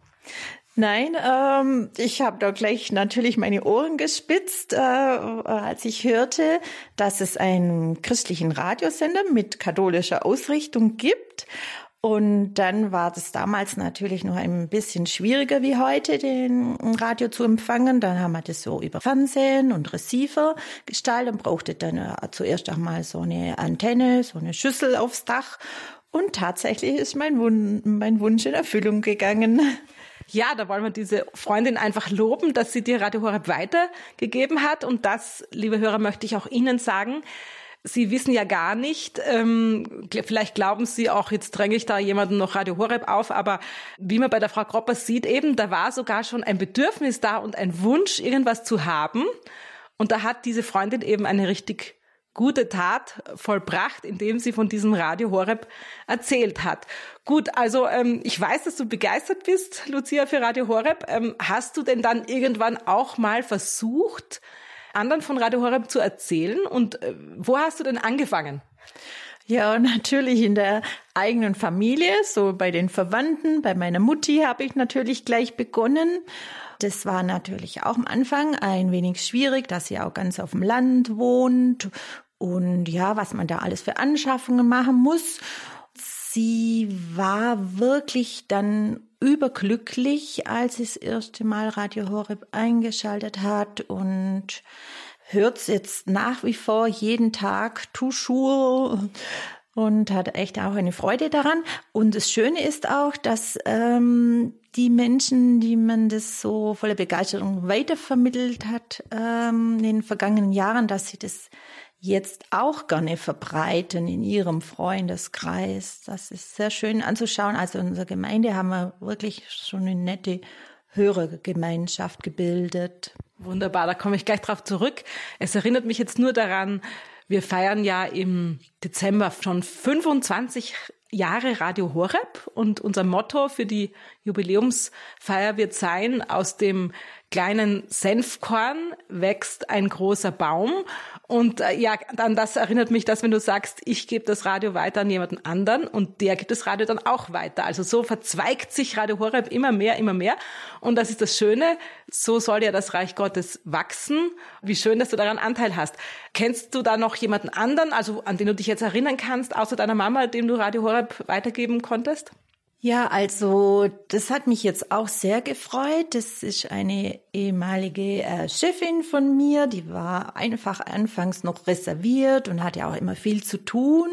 Nein, ähm, ich habe da gleich natürlich meine Ohren gespitzt, äh, als ich hörte, dass es einen christlichen Radiosender mit katholischer Ausrichtung gibt. Und dann war das damals natürlich noch ein bisschen schwieriger wie heute, den Radio zu empfangen. Dann haben wir das so über Fernsehen und Receiver gestaltet und brauchte dann äh, zuerst auch mal so eine Antenne, so eine Schüssel aufs Dach. Und tatsächlich ist mein, Wun- mein Wunsch in Erfüllung gegangen. Ja, da wollen wir diese Freundin einfach loben, dass sie dir Radio Horeb weitergegeben hat. Und das, liebe Hörer, möchte ich auch Ihnen sagen. Sie wissen ja gar nicht, ähm, vielleicht glauben Sie auch, jetzt dränge ich da jemanden noch Radio Horeb auf, aber wie man bei der Frau Gropper sieht eben, da war sogar schon ein Bedürfnis da und ein Wunsch, irgendwas zu haben. Und da hat diese Freundin eben eine richtig gute Tat vollbracht, indem sie von diesem Radio Horeb erzählt hat. Gut, also ähm, ich weiß, dass du begeistert bist, Lucia, für Radio Horeb. Ähm, hast du denn dann irgendwann auch mal versucht, anderen von Radio Horeb zu erzählen? Und äh, wo hast du denn angefangen? Ja, natürlich in der eigenen Familie, so bei den Verwandten, bei meiner Mutti habe ich natürlich gleich begonnen. Das war natürlich auch am Anfang ein wenig schwierig, dass sie auch ganz auf dem Land wohnt und ja, was man da alles für Anschaffungen machen muss. Sie war wirklich dann überglücklich, als sie das erste Mal Radio Horeb eingeschaltet hat und hört es jetzt nach wie vor jeden Tag toujours und hat echt auch eine Freude daran. Und das Schöne ist auch, dass ähm, die Menschen, die man das so voller Begeisterung weitervermittelt hat ähm, in den vergangenen Jahren, dass sie das jetzt auch gerne verbreiten in ihrem Freundeskreis. Das ist sehr schön anzuschauen. Also in unserer Gemeinde haben wir wirklich schon eine nette Hörergemeinschaft gebildet. Wunderbar, da komme ich gleich drauf zurück. Es erinnert mich jetzt nur daran, wir feiern ja im Dezember schon fünfundzwanzig Jahre Radio Horeb und unser Motto für die Jubiläumsfeier wird sein, aus dem kleinen Senfkorn wächst ein großer Baum. Und äh, ja, dann das erinnert mich, dass wenn du sagst, ich gebe das Radio weiter an jemanden anderen und der gibt das Radio dann auch weiter. Also so verzweigt sich Radio Horeb immer mehr, immer mehr. Und das ist das Schöne, so soll ja das Reich Gottes wachsen. Wie schön, dass du daran Anteil hast. Kennst du da noch jemanden anderen, also an den du dich jetzt erinnern kannst, außer deiner Mama, dem du Radio Horeb weitergeben konntest? Ja, also das hat mich jetzt auch sehr gefreut. Das ist eine ehemalige äh, Chefin von mir, die war einfach anfangs noch reserviert und hatte auch immer viel zu tun.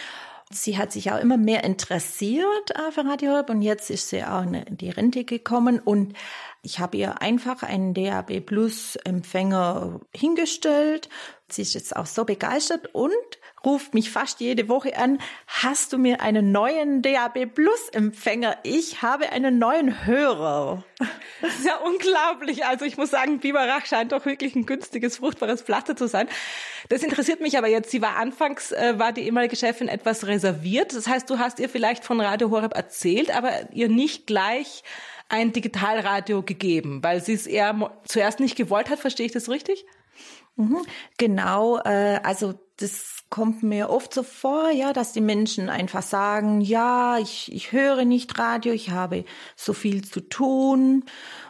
Sie hat sich auch immer mehr interessiert äh, für Radio Horeb und jetzt ist sie auch in die Rente gekommen und ich habe ihr einfach einen D A B Plus Empfänger hingestellt. Sie ist jetzt auch so begeistert und ruft mich fast jede Woche an, hast du mir einen neuen D A B Plus Empfänger? Ich habe einen neuen Hörer. Das ist ja unglaublich. Also ich muss sagen, Biberach scheint doch wirklich ein günstiges, fruchtbares Pflaster zu sein. Das interessiert mich aber jetzt. Sie war anfangs, äh, war die ehemalige Chefin etwas reserviert. Das heißt, du hast ihr vielleicht von Radio Horeb erzählt, aber ihr nicht gleich ein Digitalradio gegeben, weil sie es eher mo- zuerst nicht gewollt hat. Verstehe ich das richtig? Mhm, genau, äh, also das kommt mir oft so vor, ja, dass die Menschen einfach sagen, ja, ich, ich höre nicht Radio, ich habe so viel zu tun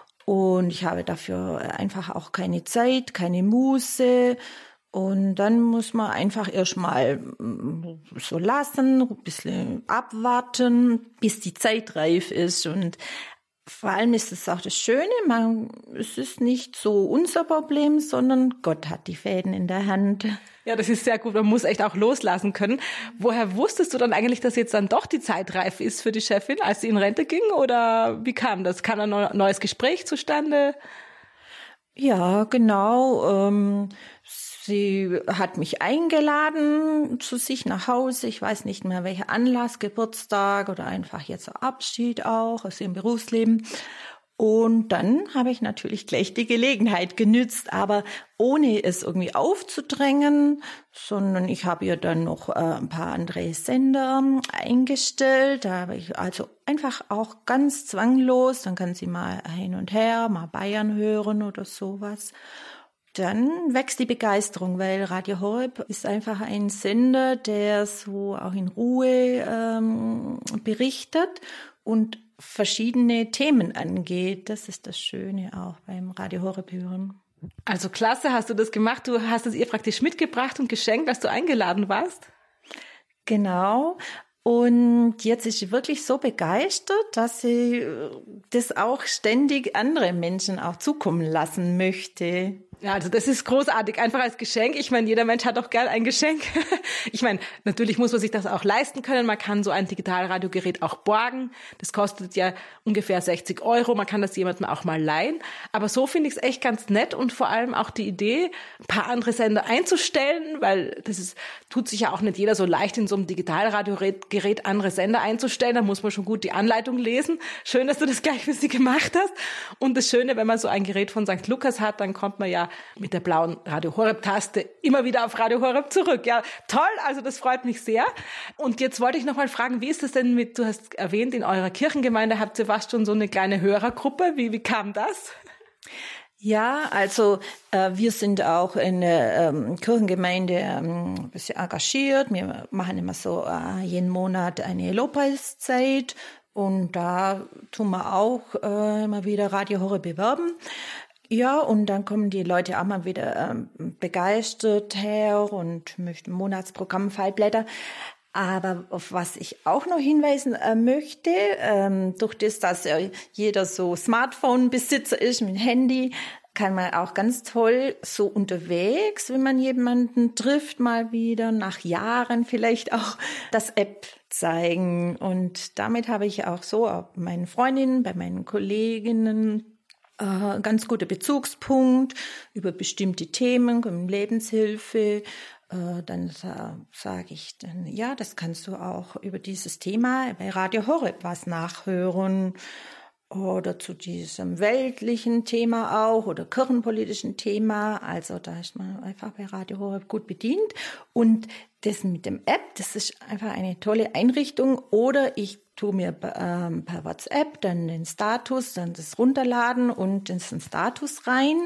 und ich habe dafür einfach auch keine Zeit, keine Muße. Und dann muss man einfach erstmal so lassen, ein bisschen abwarten, bis die Zeit reif ist. Und vor allem ist es auch das Schöne, man, es ist nicht so unser Problem, sondern Gott hat die Fäden in der Hand. Ja, das ist sehr gut. Man muss echt auch loslassen können. Woher wusstest du dann eigentlich, dass jetzt dann doch die Zeit reif ist für die Chefin, als sie in Rente ging? Oder wie kam das? Kam ein neues Gespräch zustande? Ja, genau. Ähm, sie hat mich eingeladen zu sich nach Hause. Ich weiß nicht mehr, welcher Anlass, Geburtstag oder einfach jetzt Abschied auch aus ihrem Berufsleben. Und dann habe ich natürlich gleich die Gelegenheit genützt, aber ohne es irgendwie aufzudrängen, sondern ich habe ihr dann noch äh, ein paar andere Sender eingestellt. Da habe ich also einfach auch ganz zwanglos, dann kann sie mal hin und her, mal Bayern hören oder sowas. Dann wächst die Begeisterung, weil Radio Horeb ist einfach ein Sender, der so auch in Ruhe ähm, berichtet und verschiedene Themen angeht. Das ist das Schöne auch beim Radio Horeb hören. Also klasse, hast du das gemacht. Du hast es ihr praktisch mitgebracht und geschenkt, als du eingeladen warst? Genau. Und jetzt ist sie wirklich so begeistert, dass sie das auch ständig andere Menschen auch zukommen lassen möchte. Ja, also das ist großartig, einfach als Geschenk. Ich meine, jeder Mensch hat doch gern ein Geschenk. Ich meine, natürlich muss man sich das auch leisten können. Man kann so ein Digitalradiogerät auch borgen. Das kostet ja ungefähr sechzig Euro. Man kann das jemandem auch mal leihen. Aber so finde ich es echt ganz nett und vor allem auch die Idee, ein paar andere Sender einzustellen, weil das ist, tut sich ja auch nicht jeder so leicht, in so einem Digitalradiogerät andere Sender einzustellen. Da muss man schon gut die Anleitung lesen. Schön, dass du das gleich für sie gemacht hast. Und das Schöne, wenn man so ein Gerät von Sankt Lukas hat, dann kommt man ja mit der blauen Radio Horeb-Taste immer wieder auf Radio Horeb zurück. Ja, toll, also das freut mich sehr. Und jetzt wollte ich noch mal fragen, wie ist das denn mit, du hast erwähnt, in eurer Kirchengemeinde habt ihr fast schon so eine kleine Hörergruppe. Wie, wie kam das? Ja, also äh, wir sind auch in der ähm, Kirchengemeinde ähm, ein bisschen engagiert. Wir machen immer so äh, jeden Monat eine Lobpreiszeit und da tun wir auch äh, immer wieder Radio Horeb bewerben. Ja, und dann kommen die Leute auch mal wieder ähm, begeistert her und möchten Monatsprogramm Fallblätter. Aber auf was ich auch noch hinweisen äh, möchte, ähm, durch das, dass ja jeder so Smartphone-Besitzer ist mit Handy, kann man auch ganz toll so unterwegs, wenn man jemanden trifft, mal wieder nach Jahren vielleicht auch das App zeigen. Und damit habe ich auch so auch bei meinen Freundinnen, bei meinen Kolleginnen äh, ganz guter Bezugspunkt über bestimmte Themen, Lebenshilfe. Dann sage ich dann, ja, das kannst du auch über dieses Thema bei Radio Horeb was nachhören oder zu diesem weltlichen Thema auch oder kirchenpolitischen Thema. Also da ist man einfach bei Radio Horeb gut bedient. Und das mit dem App, das ist einfach eine tolle Einrichtung. Oder ich tue mir ähm, per WhatsApp dann den Status, dann das runterladen und in den Status rein.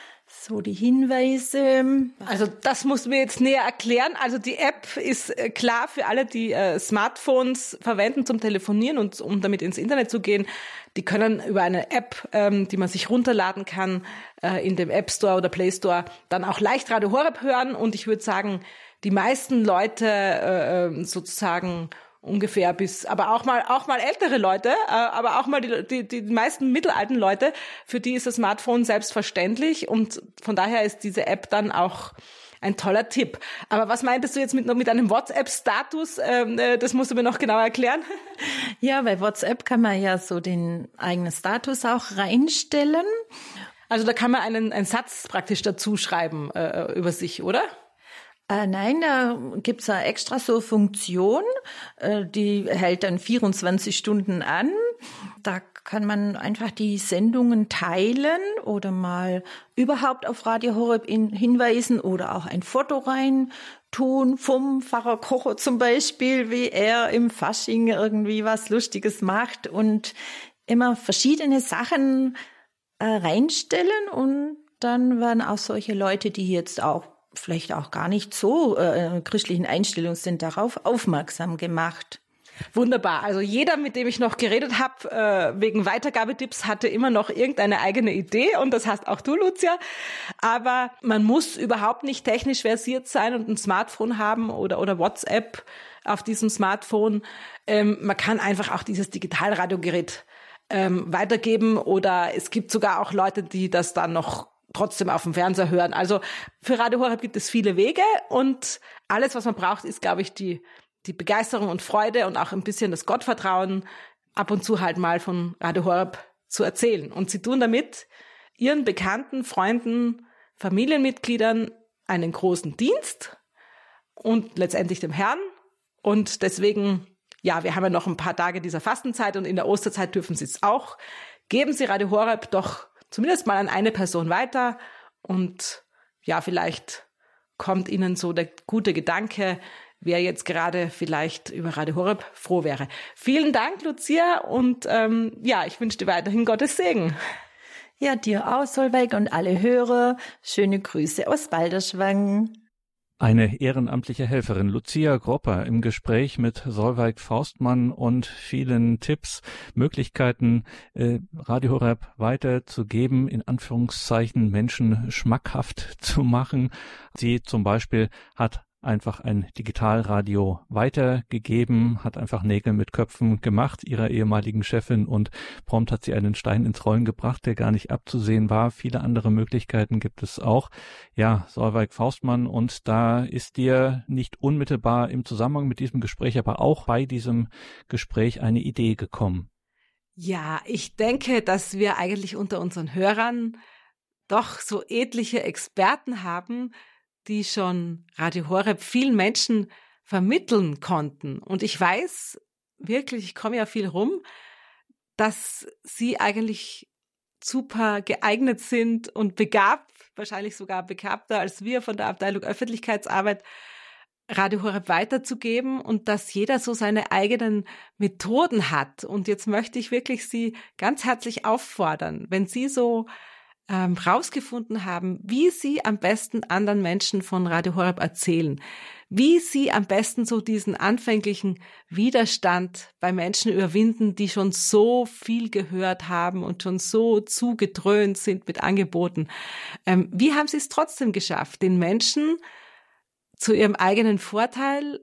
So die Hinweise. Also das musst du mir jetzt näher erklären. Also die App ist äh, klar für alle, die äh, Smartphones verwenden zum Telefonieren und um damit ins Internet zu gehen. Die können über eine App, ähm, die man sich runterladen kann, äh, in dem App Store oder Play Store, dann auch leicht Radio Horeb hören. Und ich würde sagen, die meisten Leute äh, sozusagen ungefähr bis, aber auch mal auch mal ältere Leute, äh, aber auch mal die, die die meisten mittelalten Leute, für die ist das Smartphone selbstverständlich und von daher ist diese App dann auch ein toller Tipp. Aber was meintest du jetzt mit mit einem WhatsApp-Status? Ähm, äh, das musst du mir noch genauer erklären. Ja, bei WhatsApp kann man ja so den eigenen Status auch reinstellen. Also da kann man einen einen Satz praktisch dazu schreiben äh, über sich, oder? Äh, nein, da gibt's ja extra so Funktion, äh, die hält dann vierundzwanzig Stunden an. Da kann man einfach die Sendungen teilen oder mal überhaupt auf Radio Horeb in, hinweisen oder auch ein Foto rein tun vom Pfarrer Kocher zum Beispiel, wie er im Fasching irgendwie was Lustiges macht und immer verschiedene Sachen äh, reinstellen und dann werden auch solche Leute, die jetzt auch vielleicht auch gar nicht so äh, christlichen Einstellungen sind, darauf aufmerksam gemacht. Wunderbar. Also jeder, mit dem ich noch geredet habe, äh, wegen Weitergabetipps, hatte immer noch irgendeine eigene Idee und das hast auch du, Lucia. Aber man muss überhaupt nicht technisch versiert sein und ein Smartphone haben oder oder WhatsApp auf diesem Smartphone. Ähm, man kann einfach auch dieses Digitalradiogerät ähm, weitergeben oder es gibt sogar auch Leute, die das dann noch trotzdem auf dem Fernseher hören. Also für Radio Horeb gibt es viele Wege und alles, was man braucht, ist, glaube ich, die die Begeisterung und Freude und auch ein bisschen das Gottvertrauen, ab und zu halt mal von Radio Horeb zu erzählen. Und sie tun damit ihren Bekannten, Freunden, Familienmitgliedern einen großen Dienst und letztendlich dem Herrn. Und deswegen, ja, wir haben ja noch ein paar Tage dieser Fastenzeit und in der Osterzeit dürfen sie es auch. Geben Sie Radio Horeb doch zumindest mal an eine Person weiter und ja, vielleicht kommt Ihnen so der gute Gedanke, wer jetzt gerade vielleicht über Radio Horeb froh wäre. Vielen Dank, Lucia, und ähm, ja, ich wünsche dir weiterhin Gottes Segen. Ja, dir auch, Solveig, und alle Hörer. Schöne Grüße aus Balderschwang. Eine ehrenamtliche Helferin, Lucia Gropper, im Gespräch mit Solveig Faustmann und vielen Tipps, Möglichkeiten, äh, Radio Horeb weiterzugeben, in Anführungszeichen Menschen schmackhaft zu machen. Sie zum Beispiel hat einfach ein Digitalradio weitergegeben, hat einfach Nägel mit Köpfen gemacht, ihrer ehemaligen Chefin, und prompt hat sie einen Stein ins Rollen gebracht, der gar nicht abzusehen war. Viele andere Möglichkeiten gibt es auch. Ja, Solveig Faustmann, und da ist dir nicht unmittelbar im Zusammenhang mit diesem Gespräch, aber auch bei diesem Gespräch eine Idee gekommen. Ja, ich denke, dass wir eigentlich unter unseren Hörern doch so etliche Experten haben, die schon Radio Horeb vielen Menschen vermitteln konnten. Und ich weiß wirklich, ich komme ja viel rum, dass sie eigentlich super geeignet sind und begabt, wahrscheinlich sogar begabter als wir von der Abteilung Öffentlichkeitsarbeit, Radio Horeb weiterzugeben und dass jeder so seine eigenen Methoden hat. Und jetzt möchte ich wirklich Sie ganz herzlich auffordern, wenn Sie so ähm, rausgefunden haben, wie Sie am besten anderen Menschen von Radio Horeb erzählen, wie Sie am besten so diesen anfänglichen Widerstand bei Menschen überwinden, die schon so viel gehört haben und schon so zugedröhnt sind mit Angeboten. Ähm, wie haben Sie es trotzdem geschafft, den Menschen zu ihrem eigenen Vorteil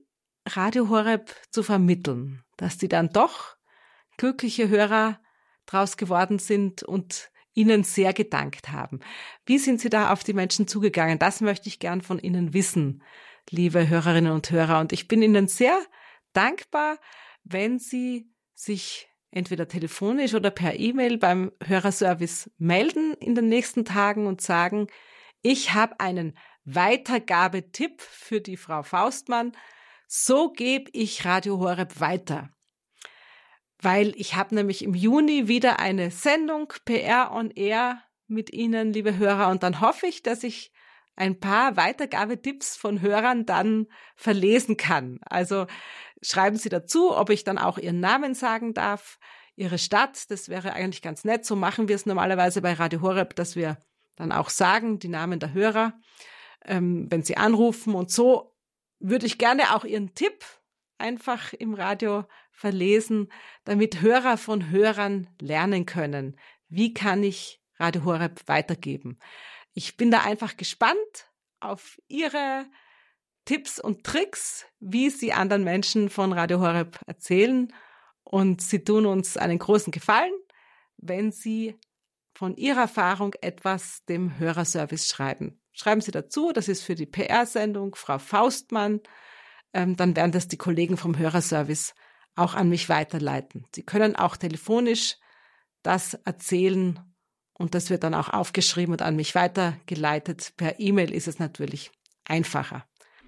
Radio Horeb zu vermitteln, dass die dann doch glückliche Hörer draus geworden sind und Ihnen sehr gedankt haben. Wie sind Sie da auf die Menschen zugegangen? Das möchte ich gern von Ihnen wissen, liebe Hörerinnen und Hörer. Und ich bin Ihnen sehr dankbar, wenn Sie sich entweder telefonisch oder per E-Mail beim Hörerservice melden in den nächsten Tagen und sagen, ich habe einen Weitergabetipp für die Frau Faustmann. So gebe ich Radio Horeb weiter. Weil ich habe nämlich im Juni wieder eine Sendung P R on Air mit Ihnen, liebe Hörer. Und dann hoffe ich, dass ich ein paar Weitergabetipps von Hörern dann verlesen kann. Also schreiben Sie dazu, ob ich dann auch Ihren Namen sagen darf, Ihre Stadt. Das wäre eigentlich ganz nett. So machen wir es normalerweise bei Radio Horeb, dass wir dann auch sagen, die Namen der Hörer, ähm, wenn Sie anrufen. Und so würde ich gerne auch Ihren Tipp einfach im Radio verlesen, damit Hörer von Hörern lernen können. Wie kann ich Radio Horeb weitergeben? Ich bin da einfach gespannt auf Ihre Tipps und Tricks, wie Sie anderen Menschen von Radio Horeb erzählen. Und Sie tun uns einen großen Gefallen, wenn Sie von Ihrer Erfahrung etwas dem Hörerservice schreiben. Schreiben Sie dazu, das ist für die P R-Sendung Frau Faustmann. Ähm, dann werden das die Kollegen vom Hörerservice auch an mich weiterleiten. Sie können auch telefonisch das erzählen und das wird dann auch aufgeschrieben und an mich weitergeleitet. Per E-Mail ist es natürlich einfacher.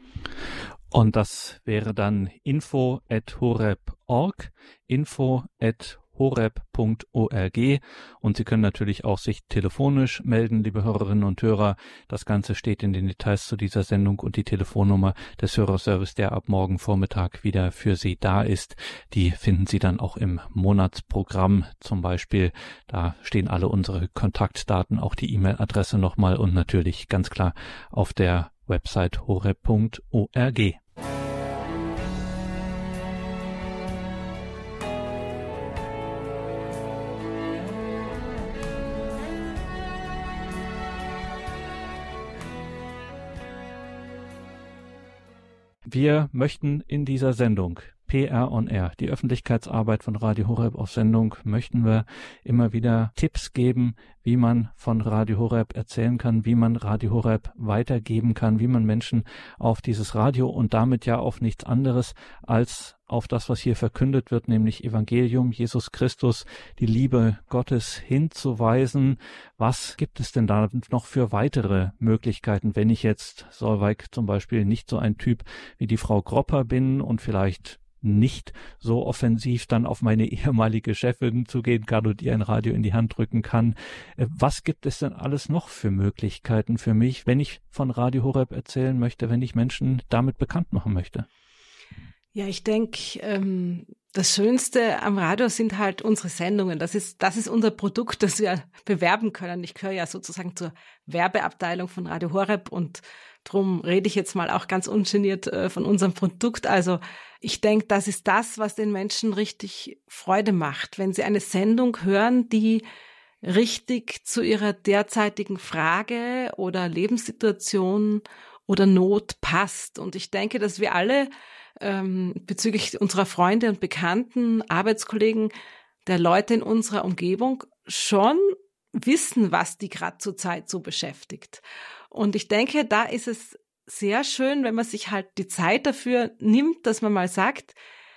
Und das wäre dann info at horeb punkt org, info at horeb punkt org, und Sie können natürlich auch sich telefonisch melden, liebe Hörerinnen und Hörer. Das Ganze steht in den Details zu dieser Sendung und die Telefonnummer des Hörerservice, der ab morgen Vormittag wieder für Sie da ist, die finden Sie dann auch im Monatsprogramm zum Beispiel. Da stehen alle unsere Kontaktdaten, auch die E-Mail-Adresse nochmal und natürlich ganz klar auf der Website horeb punkt org. Wir möchten in dieser Sendung P R on Air, die Öffentlichkeitsarbeit von Radio Horeb auf Sendung, möchten wir immer wieder Tipps geben, wie man von Radio Horeb erzählen kann, wie man Radio Horeb weitergeben kann, wie man Menschen auf dieses Radio und damit ja auf nichts anderes als auf das, was hier verkündet wird, nämlich Evangelium, Jesus Christus, die Liebe Gottes hinzuweisen. Was gibt es denn da noch für weitere Möglichkeiten, wenn ich jetzt, Solveig zum Beispiel, nicht so ein Typ wie die Frau Gropper bin und vielleicht nicht so offensiv dann auf meine ehemalige Chefin zugehen kann und ihr ein Radio in die Hand drücken kann. Was gibt es denn alles noch für Möglichkeiten für mich, wenn ich von Radio Horeb erzählen möchte, wenn ich Menschen damit bekannt machen möchte? Ja, ich denke, ähm, das Schönste am Radio sind halt unsere Sendungen. Das ist, das ist unser Produkt, das wir bewerben können. Ich gehöre ja sozusagen zur Werbeabteilung von Radio Horeb und drum rede ich jetzt mal auch ganz ungeniert äh, von unserem Produkt. Also ich denke, das ist das, was den Menschen richtig Freude macht, wenn sie eine Sendung hören, die richtig zu ihrer derzeitigen Frage oder Lebenssituation oder Not passt. Und ich denke, dass wir alle ähm, bezüglich unserer Freunde und Bekannten, Arbeitskollegen, der Leute in unserer Umgebung schon wissen, was die gerade zur Zeit so beschäftigt. Und ich denke, da ist es sehr schön, wenn man sich halt die Zeit dafür nimmt, dass man mal sagt,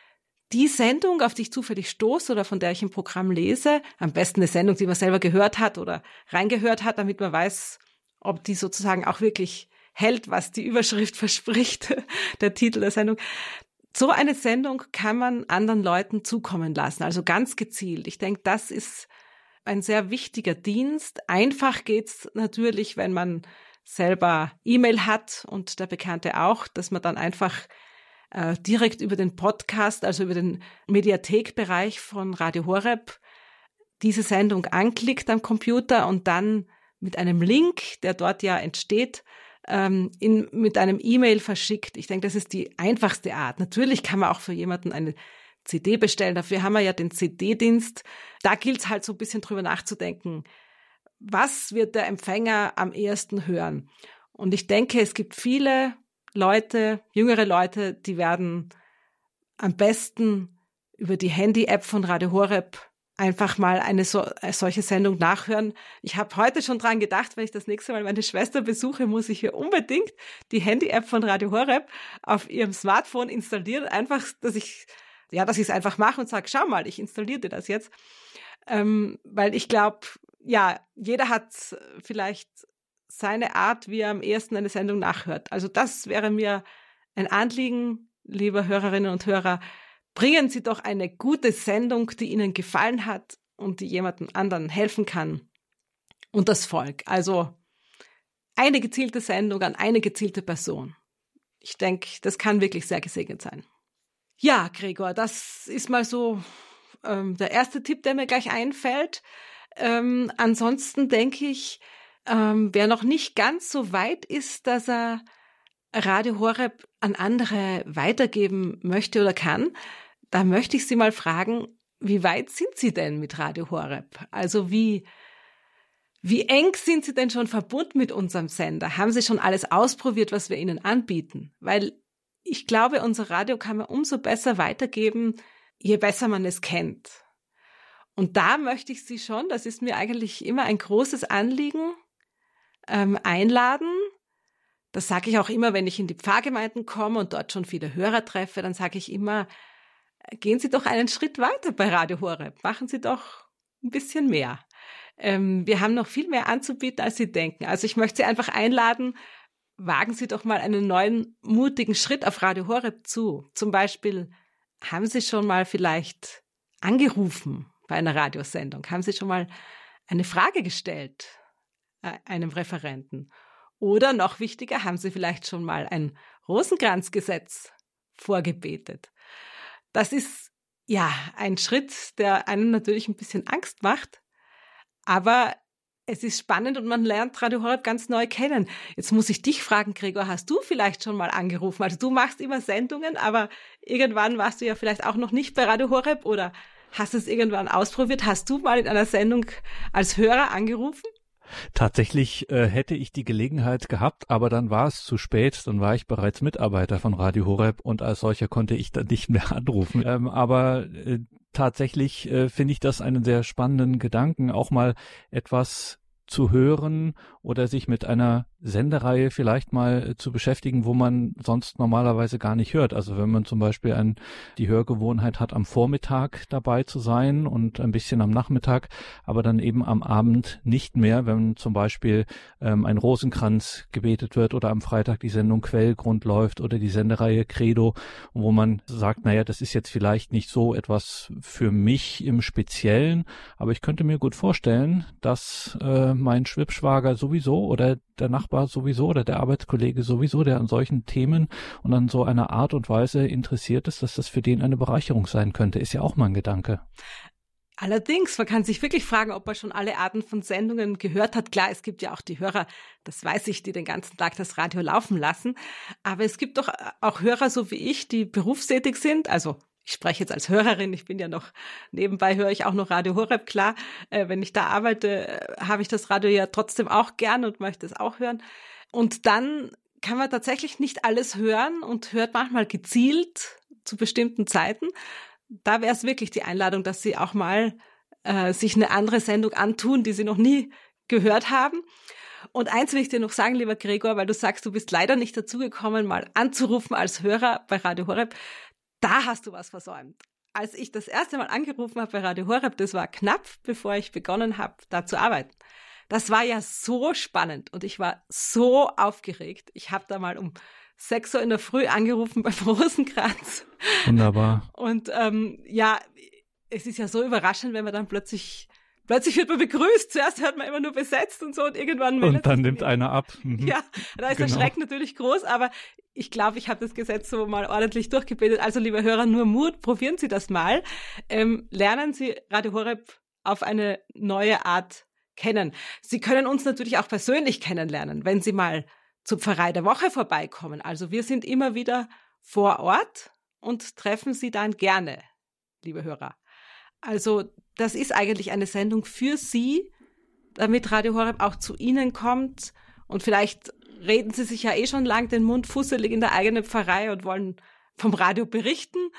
die Sendung, auf die ich zufällig stoße oder von der ich im Programm lese, am besten eine Sendung, die man selber gehört hat oder reingehört hat, damit man weiß, ob die sozusagen auch wirklich hält, was die Überschrift verspricht, der Titel der Sendung. So eine Sendung kann man anderen Leuten zukommen lassen, also ganz gezielt. Ich denke, das ist ein sehr wichtiger Dienst. Einfach geht's natürlich, wenn man selber E-Mail hat und der Bekannte auch, dass man dann einfach äh, direkt über den Podcast, also über den Mediathekbereich von Radio Horeb, diese Sendung anklickt am Computer und dann mit einem Link, der dort ja entsteht, ähm, in, mit einem E-Mail verschickt. Ich denke, das ist die einfachste Art. Natürlich kann man auch für jemanden eine C D bestellen. Dafür haben wir ja den C D-Dienst. Da gilt es halt so ein bisschen drüber nachzudenken, was wird der Empfänger am ehesten hören? Und ich denke, es gibt viele Leute, jüngere Leute, die werden am besten über die Handy-App von Radio Horeb einfach mal eine, so, eine solche Sendung nachhören. Ich habe heute schon dran gedacht, wenn ich das nächste Mal meine Schwester besuche, muss ich hier unbedingt die Handy-App von Radio Horeb auf ihrem Smartphone installieren. Einfach, dass ich ja, dass ich es einfach mache und sage, schau mal, ich installiere dir das jetzt. Ähm, weil ich glaube, ja, jeder hat vielleicht seine Art, wie er am ehesten eine Sendung nachhört. Also das wäre mir ein Anliegen, liebe Hörerinnen und Hörer. Bringen Sie doch eine gute Sendung, die Ihnen gefallen hat und die jemandem anderen helfen kann. Und das Volk. Also eine gezielte Sendung an eine gezielte Person. Ich denke, das kann wirklich sehr gesegnet sein. Ja, Gregor, das ist mal so ähm, der erste Tipp, der mir gleich einfällt. Ähm, ansonsten denke ich, ähm, wer noch nicht ganz so weit ist, dass er Radio Horeb an andere weitergeben möchte oder kann, da möchte ich Sie mal fragen, wie weit sind Sie denn mit Radio Horeb? Also wie, wie eng sind Sie denn schon verbunden mit unserem Sender? Haben Sie schon alles ausprobiert, was wir Ihnen anbieten? Weil ich glaube, unser Radio kann man umso besser weitergeben, je besser man es kennt. Und da möchte ich Sie schon, das ist mir eigentlich immer ein großes Anliegen, ähm, einladen. Das sage ich auch immer, wenn ich in die Pfarrgemeinden komme und dort schon viele Hörer treffe, dann sage ich immer, gehen Sie doch einen Schritt weiter bei Radio Horeb. Machen Sie doch ein bisschen mehr. Ähm, wir haben noch viel mehr anzubieten, als Sie denken. Also ich möchte Sie einfach einladen, wagen Sie doch mal einen neuen, mutigen Schritt auf Radio Horeb zu. Zum Beispiel, haben Sie schon mal vielleicht angerufen bei einer Radiosendung? Haben Sie schon mal eine Frage gestellt äh, einem Referenten? Oder noch wichtiger, haben Sie vielleicht schon mal ein Rosenkranzgesetz vorgebetet? Das ist ja ein Schritt, der einen natürlich ein bisschen Angst macht, aber es ist spannend und man lernt Radio Horeb ganz neu kennen. Jetzt muss ich dich fragen, Gregor, hast du vielleicht schon mal angerufen? Also du machst immer Sendungen, aber irgendwann warst du ja vielleicht auch noch nicht bei Radio Horeb oder hast es irgendwann ausprobiert? Hast du mal in einer Sendung als Hörer angerufen? Tatsächlich äh, hätte ich die Gelegenheit gehabt, aber dann war es zu spät, dann war ich bereits Mitarbeiter von Radio Horeb und als solcher konnte ich dann nicht mehr anrufen. Ähm, aber äh, tatsächlich äh, finde ich das einen sehr spannenden Gedanken, auch mal etwas zu hören oder sich mit einer Sendereihe vielleicht mal äh, zu beschäftigen, wo man sonst normalerweise gar nicht hört. Also wenn man zum Beispiel ein, die Hörgewohnheit hat, am Vormittag dabei zu sein und ein bisschen am Nachmittag, aber dann eben am Abend nicht mehr, wenn zum Beispiel ähm, ein Rosenkranz gebetet wird oder am Freitag die Sendung Quellgrund läuft oder die Sendereihe Credo, wo man sagt, naja, das ist jetzt vielleicht nicht so etwas für mich im Speziellen, aber ich könnte mir gut vorstellen, dass äh, mein Schwibschwager sowieso oder der Nachbar sowieso oder der Arbeitskollege sowieso, der an solchen Themen und an so einer Art und Weise interessiert ist, dass das für den eine Bereicherung sein könnte, ist ja auch mal ein Gedanke. Allerdings, man kann sich wirklich fragen, ob man schon alle Arten von Sendungen gehört hat. Klar, es gibt ja auch die Hörer, das weiß ich, die den ganzen Tag das Radio laufen lassen. Aber es gibt doch auch Hörer, so wie ich, die berufstätig sind, also ich spreche jetzt als Hörerin, ich bin ja noch, nebenbei höre ich auch noch Radio Horeb, klar. Äh, wenn ich da arbeite, äh, habe ich das Radio ja trotzdem auch gern und möchte es auch hören. Und dann kann man tatsächlich nicht alles hören und hört manchmal gezielt zu bestimmten Zeiten. Da wäre es wirklich die Einladung, dass Sie auch mal äh, sich eine andere Sendung antun, die Sie noch nie gehört haben. Und eins will ich dir noch sagen, lieber Gregor, weil du sagst, du bist leider nicht dazugekommen, mal anzurufen als Hörer bei Radio Horeb. Da hast du was versäumt. Als ich das erste Mal angerufen habe bei Radio Horeb, das war knapp, bevor ich begonnen habe, da zu arbeiten. Das war ja so spannend und ich war so aufgeregt. Ich habe da mal um sechs Uhr in der Früh angerufen beim Rosenkranz. Wunderbar. Und ähm, ja, es ist ja so überraschend, wenn man dann plötzlich... Plötzlich wird man begrüßt. Zuerst hört man immer nur besetzt und so und irgendwann... Und dann nimmt einer ab. Mhm. Ja, da ist genau. Der Schreck natürlich groß, aber ich glaube, ich habe das Gesetz so mal ordentlich durchgebetet. Also, liebe Hörer, nur Mut, probieren Sie das mal. Ähm, lernen Sie Radio Horeb auf eine neue Art kennen. Sie können uns natürlich auch persönlich kennenlernen, wenn Sie mal zur Pfarrei der Woche vorbeikommen. Also wir sind immer wieder vor Ort und treffen Sie dann gerne, liebe Hörer. Also das ist eigentlich eine Sendung für Sie, damit Radio Horeb auch zu Ihnen kommt. Und vielleicht reden Sie sich ja eh schon lang den Mund fusselig in der eigenen Pfarrei und wollen vom Radio berichten.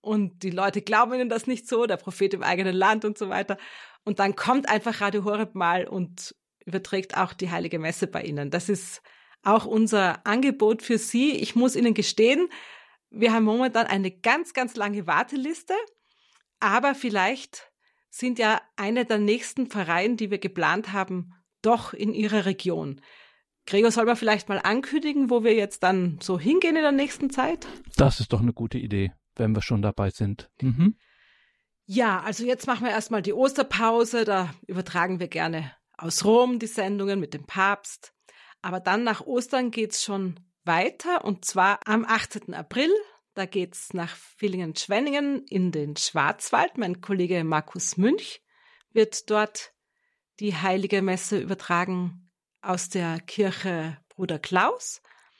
und die Leute glauben ihnen das nicht so, der Prophet im eigenen Land und so weiter. Und dann kommt einfach Radio Horeb mal und überträgt auch die Heilige Messe bei Ihnen. Das ist auch unser Angebot für Sie. Ich muss Ihnen gestehen, wir haben momentan eine ganz, ganz lange Warteliste, aber vielleicht sind ja eine der nächsten Pfarreien, die wir geplant haben, doch in Ihrer Region. Gregor, soll man vielleicht mal ankündigen, wo wir jetzt dann so hingehen in der nächsten Zeit? Das ist doch eine gute Idee, wenn wir schon dabei sind. Mhm. Ja, also jetzt machen wir erstmal die Osterpause, da übertragen wir gerne aus Rom die Sendungen mit dem Papst. Aber dann nach Ostern geht's schon weiter und zwar am achtzehnten April. Da geht's nach Villingen-Schwenningen in den Schwarzwald. Mein Kollege Markus Münch wird dort die Heilige Messe übertragen aus der Kirche Bruder Klaus.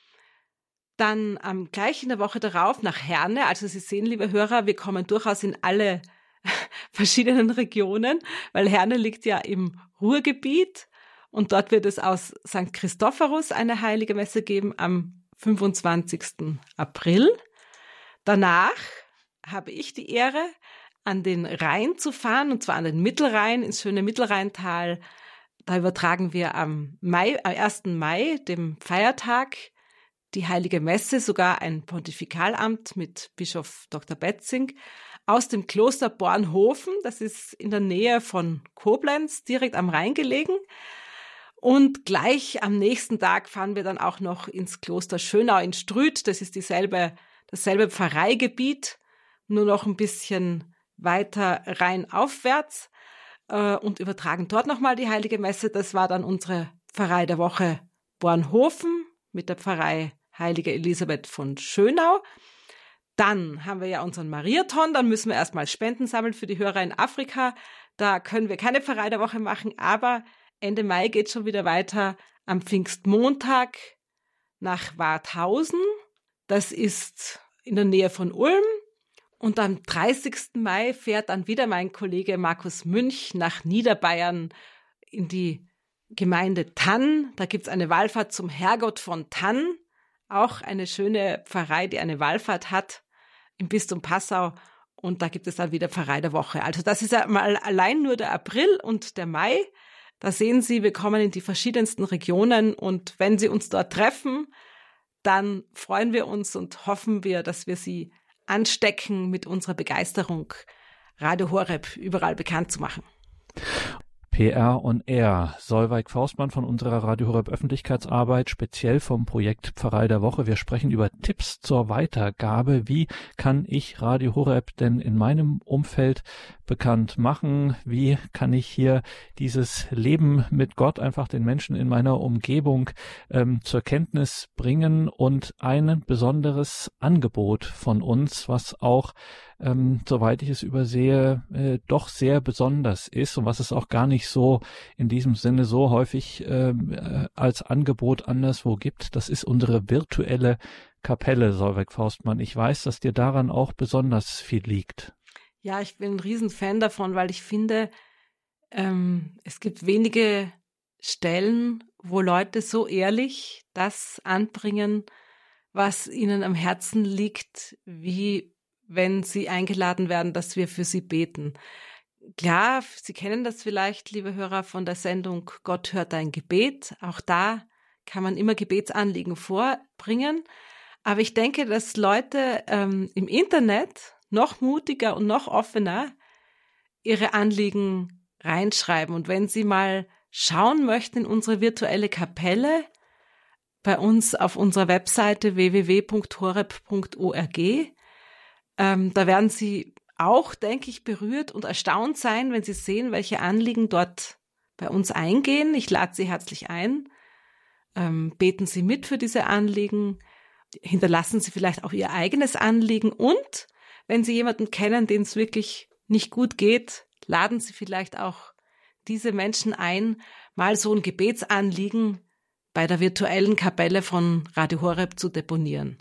Dann am gleich in der Woche darauf nach Herne. Also Sie sehen, liebe Hörer, wir kommen durchaus in alle verschiedenen Regionen, weil Herne liegt ja im Ruhrgebiet und dort wird es aus Sankt Christophorus eine Heilige Messe geben am fünfundzwanzigsten April. Danach habe ich die Ehre, an den Rhein zu fahren, und zwar an den Mittelrhein, ins schöne Mittelrheintal. Da übertragen wir am Mai, am ersten Mai, dem Feiertag, die Heilige Messe, sogar ein Pontifikalamt mit Bischof Doktor Betzing, aus dem Kloster Bornhofen. Das ist in der Nähe von Koblenz, direkt am Rhein gelegen. Und gleich am nächsten Tag fahren wir dann auch noch ins Kloster Schönau in Strüth. Das ist dieselbe, dasselbe Pfarreigebiet, nur noch ein bisschen weiter rheinaufwärts äh, und übertragen dort nochmal die Heilige Messe. Das war dann unsere Pfarrei der Woche Bornhofen mit der Pfarrei Heilige Elisabeth von Schönau. Dann haben wir ja unseren Mariathon, dann müssen wir erstmal Spenden sammeln für die Hörer in Afrika. Da können wir keine Pfarrei der Woche machen, aber Ende Mai geht schon wieder weiter am Pfingstmontag nach Warthausen. Das ist in der Nähe von Ulm. Und am dreißigsten Mai fährt dann wieder mein Kollege Markus Münch nach Niederbayern in die Gemeinde Thann. Da gibt's eine Wallfahrt zum Herrgott von Thann. Auch eine schöne Pfarrei, die eine Wallfahrt hat im Bistum Passau. Und da gibt es dann wieder Pfarrei der Woche. Also das ist ja mal allein nur der April und der Mai. Da sehen Sie, wir kommen in die verschiedensten Regionen. Und wenn Sie uns dort treffen, dann freuen wir uns und hoffen wir, dass wir Sie anstecken mit unserer Begeisterung, Radio Horeb überall bekannt zu machen. P R on Air. Solveig Faustmann von unserer Radio Horeb Öffentlichkeitsarbeit, speziell vom Projekt Pfarrei der Woche. Wir sprechen über Tipps zur Weitergabe. Wie kann ich Radio Horeb denn in meinem Umfeld bekannt machen? Wie kann ich hier dieses Leben mit Gott einfach den Menschen in meiner Umgebung ähm, zur Kenntnis bringen? Und ein besonderes Angebot von uns, was auch Ähm, soweit ich es übersehe, äh, doch sehr besonders ist und was es auch gar nicht so in diesem Sinne so häufig äh, als Angebot anderswo gibt. Das ist unsere virtuelle Kapelle, Solveig Faustmann. Ich weiß, dass dir daran auch besonders viel liegt. Ja, ich bin ein Riesenfan davon, weil ich finde, ähm, es gibt wenige Stellen, wo Leute so ehrlich das anbringen, was ihnen am Herzen liegt, wie wenn sie eingeladen werden, dass wir für sie beten. Klar, Sie kennen das vielleicht, liebe Hörer, von der Sendung Gott hört dein Gebet. Auch da kann man immer Gebetsanliegen vorbringen. Aber ich denke, dass Leute ähm, im Internet noch mutiger und noch offener ihre Anliegen reinschreiben. Und wenn Sie mal schauen möchten in unsere virtuelle Kapelle, bei uns auf unserer Webseite w w w punkt horeb punkt org, Ähm, da werden Sie auch, denke ich, berührt und erstaunt sein, wenn Sie sehen, welche Anliegen dort bei uns eingehen. Ich lade Sie herzlich ein. Ähm, beten Sie mit für diese Anliegen. Hinterlassen Sie vielleicht auch Ihr eigenes Anliegen. Und wenn Sie jemanden kennen, denen es wirklich nicht gut geht, laden Sie vielleicht auch diese Menschen ein, mal so ein Gebetsanliegen bei der virtuellen Kapelle von Radio Horeb zu deponieren.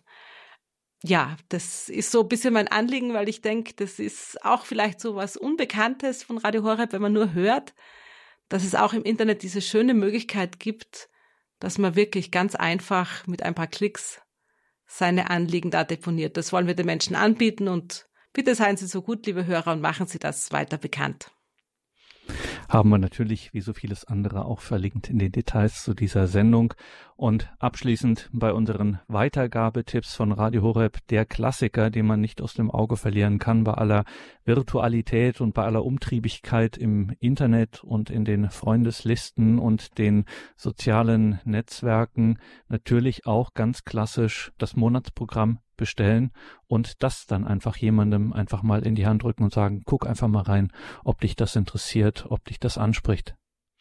Ja, das ist so ein bisschen mein Anliegen, weil ich denke, das ist auch vielleicht so was Unbekanntes von Radio Horeb, wenn man nur hört, dass es auch im Internet diese schöne Möglichkeit gibt, dass man wirklich ganz einfach mit ein paar Klicks seine Anliegen da deponiert. Das wollen wir den Menschen anbieten und Bitte seien Sie so gut, liebe Hörer, und machen Sie das weiter bekannt. Haben wir natürlich wie so vieles andere auch verlinkt in den Details zu dieser Sendung. Und abschließend bei unseren Weitergabetipps von Radio Horeb, der Klassiker, den man nicht aus dem Auge verlieren kann bei aller Virtualität und bei aller Umtriebigkeit im Internet und in den Freundeslisten und den sozialen Netzwerken. Natürlich auch ganz klassisch das Monatsprogramm bestellen und das dann einfach jemandem einfach mal in die Hand drücken und sagen, guck einfach mal rein, ob dich das interessiert, ob dich das anspricht.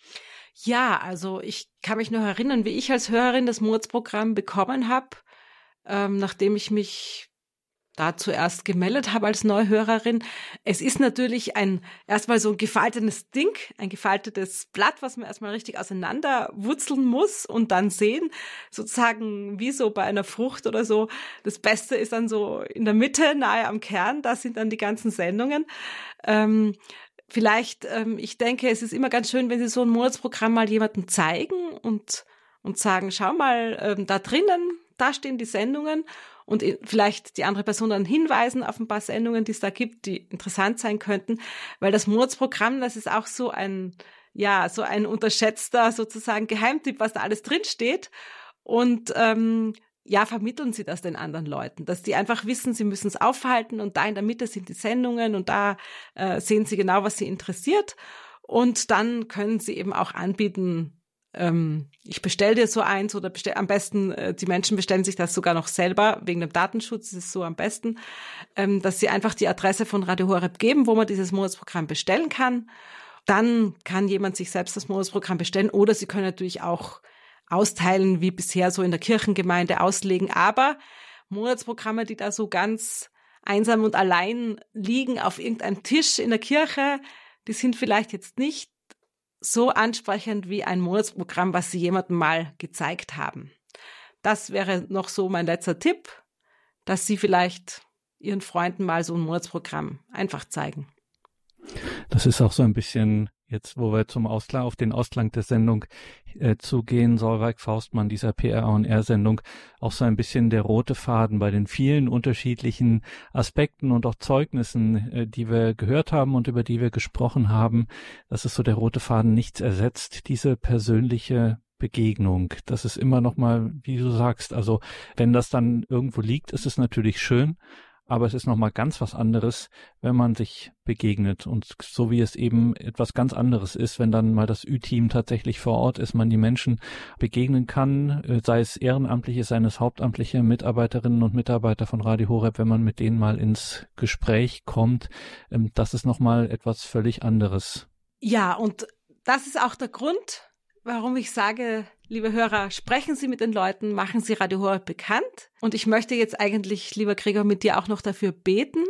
Ja, also ich kann mich noch erinnern, wie ich als Hörerin das Monatsprogramm bekommen habe, ähm, nachdem ich mich da zuerst gemeldet habe als Neuhörerin. Es ist natürlich ein erstmal so ein gefaltetes Ding, ein gefaltetes Blatt, was man erstmal richtig auseinanderwurzeln muss und dann sehen, sozusagen wie so bei einer Frucht oder so. Das Beste ist dann so in der Mitte, nahe am Kern, da sind dann die ganzen Sendungen. Ähm, vielleicht, ähm, ich denke, es ist immer ganz schön, wenn Sie so ein Monatsprogramm mal jemandem zeigen und, und sagen, schau mal, ähm, da drinnen, da stehen die Sendungen. Und vielleicht die andere Person dann hinweisen auf ein paar Sendungen, die es da gibt, die interessant sein könnten. Weil das Monatsprogramm, das ist auch so ein, ja, so ein unterschätzter sozusagen Geheimtipp, was da alles drinsteht. Und ähm, ja, vermitteln Sie das den anderen Leuten, dass die einfach wissen, sie müssen es aufhalten und da in der Mitte sind die Sendungen und da äh, sehen Sie genau, was Sie interessiert. Und dann können Sie eben auch anbieten, ich bestelle dir so eins oder bestell, am besten, die Menschen bestellen sich das sogar noch selber, wegen dem Datenschutz ist es so am besten, dass sie einfach die Adresse von Radio Horeb geben, wo man dieses Monatsprogramm bestellen kann. Dann kann jemand sich selbst das Monatsprogramm bestellen oder sie können natürlich auch austeilen, wie bisher so in der Kirchengemeinde auslegen. Aber Monatsprogramme, die da so ganz einsam und allein liegen auf irgendeinem Tisch in der Kirche, die sind vielleicht jetzt nicht so ansprechend wie ein Monatsprogramm, was Sie jemandem mal gezeigt haben. Das wäre noch so mein letzter Tipp, dass Sie vielleicht Ihren Freunden mal so ein Monatsprogramm einfach zeigen. Das ist auch so ein bisschen, jetzt wo wir zum Ausklang, auf den Ausklang der Sendung äh, zugehen, Solveig Faustmann, dieser P R on Air Sendung, auch so ein bisschen der rote Faden bei den vielen unterschiedlichen Aspekten und auch Zeugnissen, äh, die wir gehört haben und über die wir gesprochen haben. Das ist so der rote Faden, nichts ersetzt, diese persönliche Begegnung. Das ist immer noch mal, wie du sagst, also wenn das dann irgendwo liegt, ist es natürlich schön, aber es ist nochmal ganz was anderes, wenn man sich begegnet. Und so wie es eben etwas ganz anderes ist, wenn dann mal das Ü-Team tatsächlich vor Ort ist, man die Menschen begegnen kann, sei es Ehrenamtliche, seien es hauptamtliche Mitarbeiterinnen und Mitarbeiter von Radio Horeb, wenn man mit denen mal ins Gespräch kommt, das ist nochmal etwas völlig anderes. Ja, und das ist auch der Grund, warum ich sage, liebe Hörer, sprechen Sie mit den Leuten, machen Sie Radio Horeb bekannt. Und ich möchte jetzt eigentlich, lieber Gregor, mit dir auch noch dafür beten,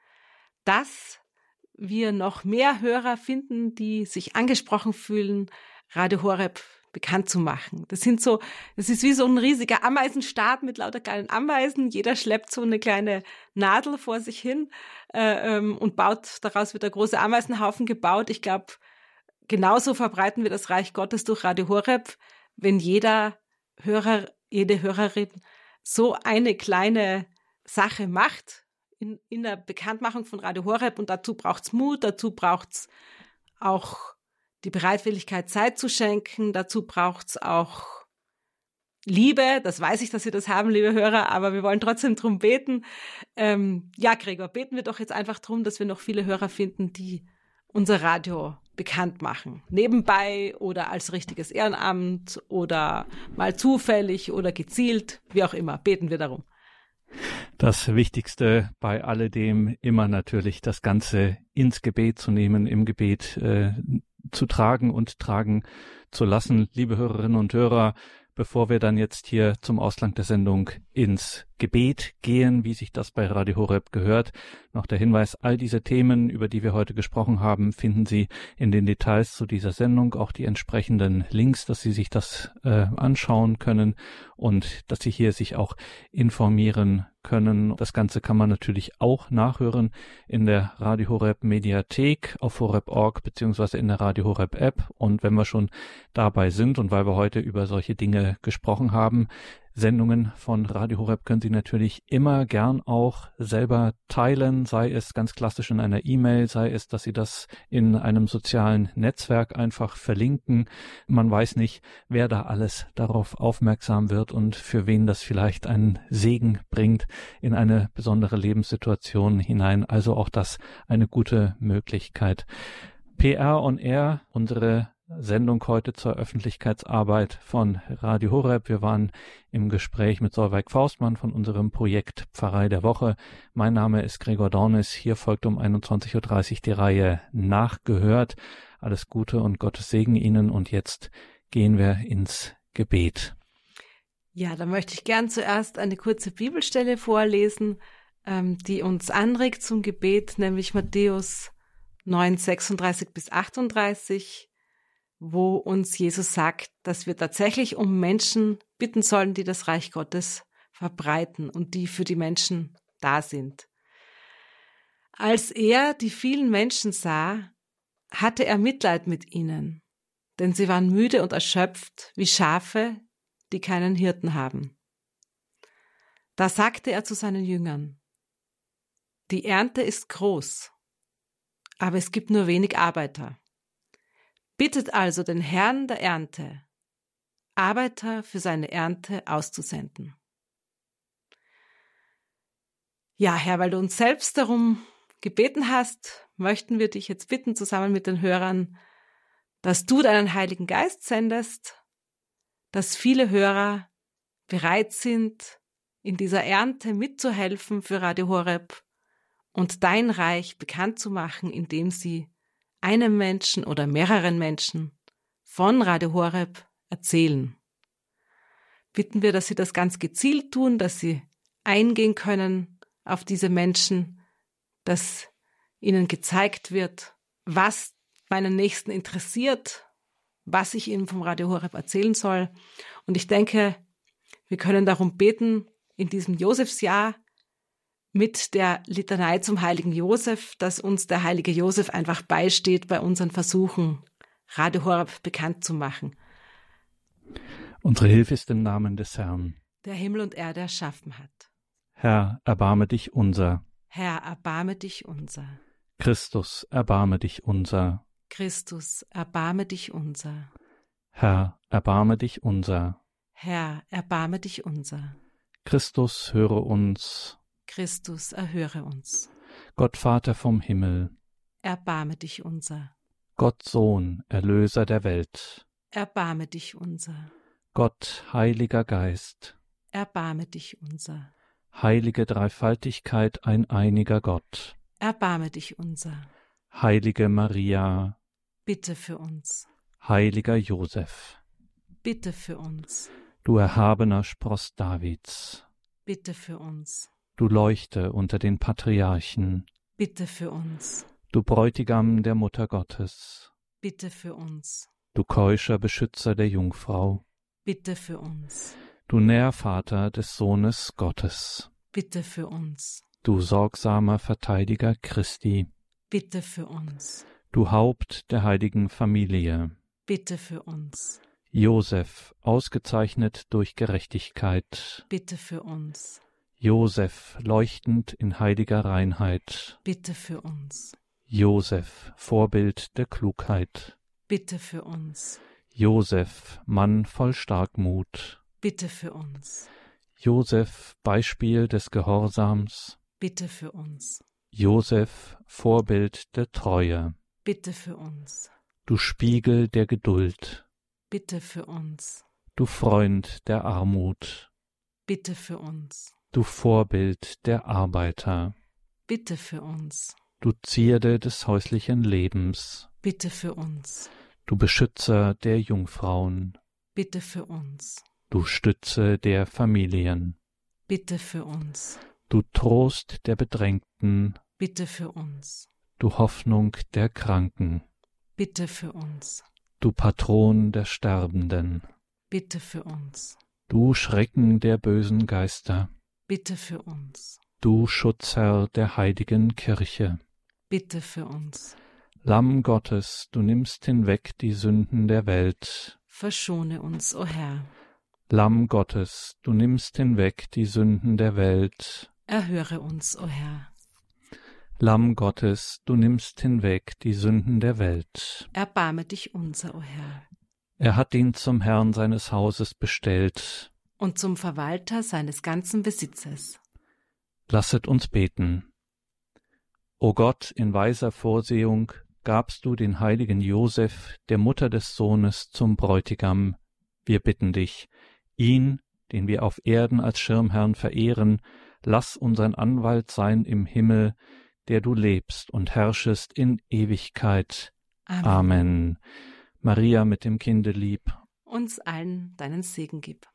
dass wir noch mehr Hörer finden, die sich angesprochen fühlen, Radio Horeb bekannt zu machen. Das sind so, das ist wie so ein riesiger Ameisenstaat mit lauter kleinen Ameisen. Jeder schleppt so eine kleine Nadel vor sich hin äh, ähm, und baut, daraus wird der große Ameisenhaufen gebaut. Ich glaube, genauso verbreiten wir das Reich Gottes durch Radio Horeb, wenn jeder Hörer, jede Hörerin so eine kleine Sache macht in, in der Bekanntmachung von Radio Horeb. Und dazu braucht's Mut, dazu braucht's auch die Bereitwilligkeit, Zeit zu schenken, dazu braucht's auch Liebe. Das weiß ich, dass Sie das haben, liebe Hörer, aber wir wollen trotzdem drum beten. Ähm, ja, Gregor, beten wir doch jetzt einfach drum, dass wir noch viele Hörer finden, die unser Radio bekannt machen. Nebenbei oder als richtiges Ehrenamt oder mal zufällig oder gezielt, wie auch immer, beten wir darum. Das Wichtigste bei alledem immer natürlich das Ganze ins Gebet zu nehmen, im Gebet äh, zu tragen und tragen zu lassen. Liebe Hörerinnen und Hörer, bevor wir dann jetzt hier zum Ausklang der Sendung ins Gebet gehen, wie sich das bei Radio Horeb gehört, noch der Hinweis, all diese Themen, über die wir heute gesprochen haben, finden Sie in den Details zu dieser Sendung, auch die entsprechenden Links, dass Sie sich das äh, anschauen können und dass Sie hier sich auch informieren können. Das Ganze kann man natürlich auch nachhören in der Radio Horeb Mediathek auf horeb punkt org beziehungsweise in der Radio Horeb App. Und wenn wir schon dabei sind und weil wir heute über solche Dinge gesprochen haben, Sendungen von Radio Horeb können Sie natürlich immer gern auch selber teilen, sei es ganz klassisch in einer E-Mail, sei es, dass Sie das in einem sozialen Netzwerk einfach verlinken. Man weiß nicht, wer da alles darauf aufmerksam wird und für wen das vielleicht einen Segen bringt in eine besondere Lebenssituation hinein. Also auch das eine gute Möglichkeit. P R on Air, unsere Sendung heute zur Öffentlichkeitsarbeit von Radio Horeb. Wir waren im Gespräch mit Solveig Faustmann von unserem Projekt Pfarrei der Woche. Mein Name ist Gregor Dornis. Hier folgt um einundzwanzig Uhr dreißig die Reihe Nachgehört. Alles Gute und Gottes Segen Ihnen. Und jetzt gehen wir ins Gebet. Ja, da möchte ich gern zuerst eine kurze Bibelstelle vorlesen, ähm, die uns anregt zum Gebet, nämlich Matthäus neun, sechsunddreißig bis achtunddreißig. Wo uns Jesus sagt, dass wir tatsächlich um Menschen bitten sollen, die das Reich Gottes verbreiten und die für die Menschen da sind. Als er die vielen Menschen sah, hatte er Mitleid mit ihnen, denn sie waren müde und erschöpft wie Schafe, die keinen Hirten haben. Da sagte er zu seinen Jüngern: Die Ernte ist groß, aber es gibt nur wenig Arbeiter. Bittet also den Herrn der Ernte, Arbeiter für seine Ernte auszusenden. Ja, Herr, weil du uns selbst darum gebeten hast, möchten wir dich jetzt bitten, zusammen mit den Hörern, dass du deinen Heiligen Geist sendest, dass viele Hörer bereit sind, in dieser Ernte mitzuhelfen für Radio Horeb und dein Reich bekannt zu machen, indem sie einem Menschen oder mehreren Menschen von Radio Horeb erzählen. Bitten wir, dass sie das ganz gezielt tun, dass sie eingehen können auf diese Menschen, dass ihnen gezeigt wird, was meinen Nächsten interessiert, was ich ihm vom Radio Horeb erzählen soll. Und ich denke, wir können darum beten, in diesem Josefsjahr mit der Litanei zum heiligen Josef, dass uns der heilige Josef einfach beisteht bei unseren Versuchen, Radio Horeb bekannt zu machen. Unsere Hilfe ist im Namen des Herrn, der Himmel und Erde erschaffen hat. Herr, erbarme dich unser. Herr, erbarme dich unser. Christus, erbarme dich unser. Christus, erbarme dich unser. Herr, erbarme dich unser. Herr, erbarme dich unser. Christus, höre uns. Christus, erhöre uns. Gott Vater vom Himmel, erbarme dich unser. Gott Sohn, Erlöser der Welt, erbarme dich unser. Gott Heiliger Geist, erbarme dich unser. Heilige Dreifaltigkeit, ein einiger Gott, erbarme dich unser. Heilige Maria, bitte für uns. Heiliger Josef, bitte für uns. Du erhabener Spross Davids, bitte für uns. Du Leuchte unter den Patriarchen, bitte für uns. Du Bräutigam der Mutter Gottes, bitte für uns. Du keuscher Beschützer der Jungfrau, bitte für uns. Du Nährvater des Sohnes Gottes, bitte für uns. Du sorgsamer Verteidiger Christi, bitte für uns. Du Haupt der heiligen Familie, bitte für uns. Josef, ausgezeichnet durch Gerechtigkeit, bitte für uns. Josef, leuchtend in heiliger Reinheit, bitte für uns. Josef, Vorbild der Klugheit, bitte für uns. Josef, Mann voll Starkmut, bitte für uns. Josef, Beispiel des Gehorsams, bitte für uns. Josef, Vorbild der Treue, bitte für uns. Du Spiegel der Geduld, bitte für uns. Du Freund der Armut, bitte für uns. Du Vorbild der Arbeiter, bitte für uns. Du Zierde des häuslichen Lebens, bitte für uns. Du Beschützer der Jungfrauen, bitte für uns. Du Stütze der Familien, bitte für uns. Du Trost der Bedrängten, bitte für uns. Du Hoffnung der Kranken, bitte für uns. Du Patron der Sterbenden, bitte für uns. Du Schrecken der bösen Geister, bitte für uns. Du Schutzherr der heiligen Kirche, bitte für uns. Lamm Gottes, du nimmst hinweg die Sünden der Welt, verschone uns, o Herr. Lamm Gottes, du nimmst hinweg die Sünden der Welt. Erhöre uns, o Herr. Lamm Gottes, du nimmst hinweg die Sünden der Welt. Erbarme dich unser, o Herr. Er hat ihn zum Herrn seines Hauses bestellt. Und zum Verwalter seines ganzen Besitzes. Lasset uns beten. O Gott, in weiser Vorsehung gabst du den heiligen Josef, der Mutter des Sohnes, zum Bräutigam. Wir bitten dich, ihn, den wir auf Erden als Schirmherrn verehren, lass unseren Anwalt sein im Himmel, der du lebst und herrschest in Ewigkeit. Amen. Amen. Maria mit dem Kinde lieb. Uns allen deinen Segen gib.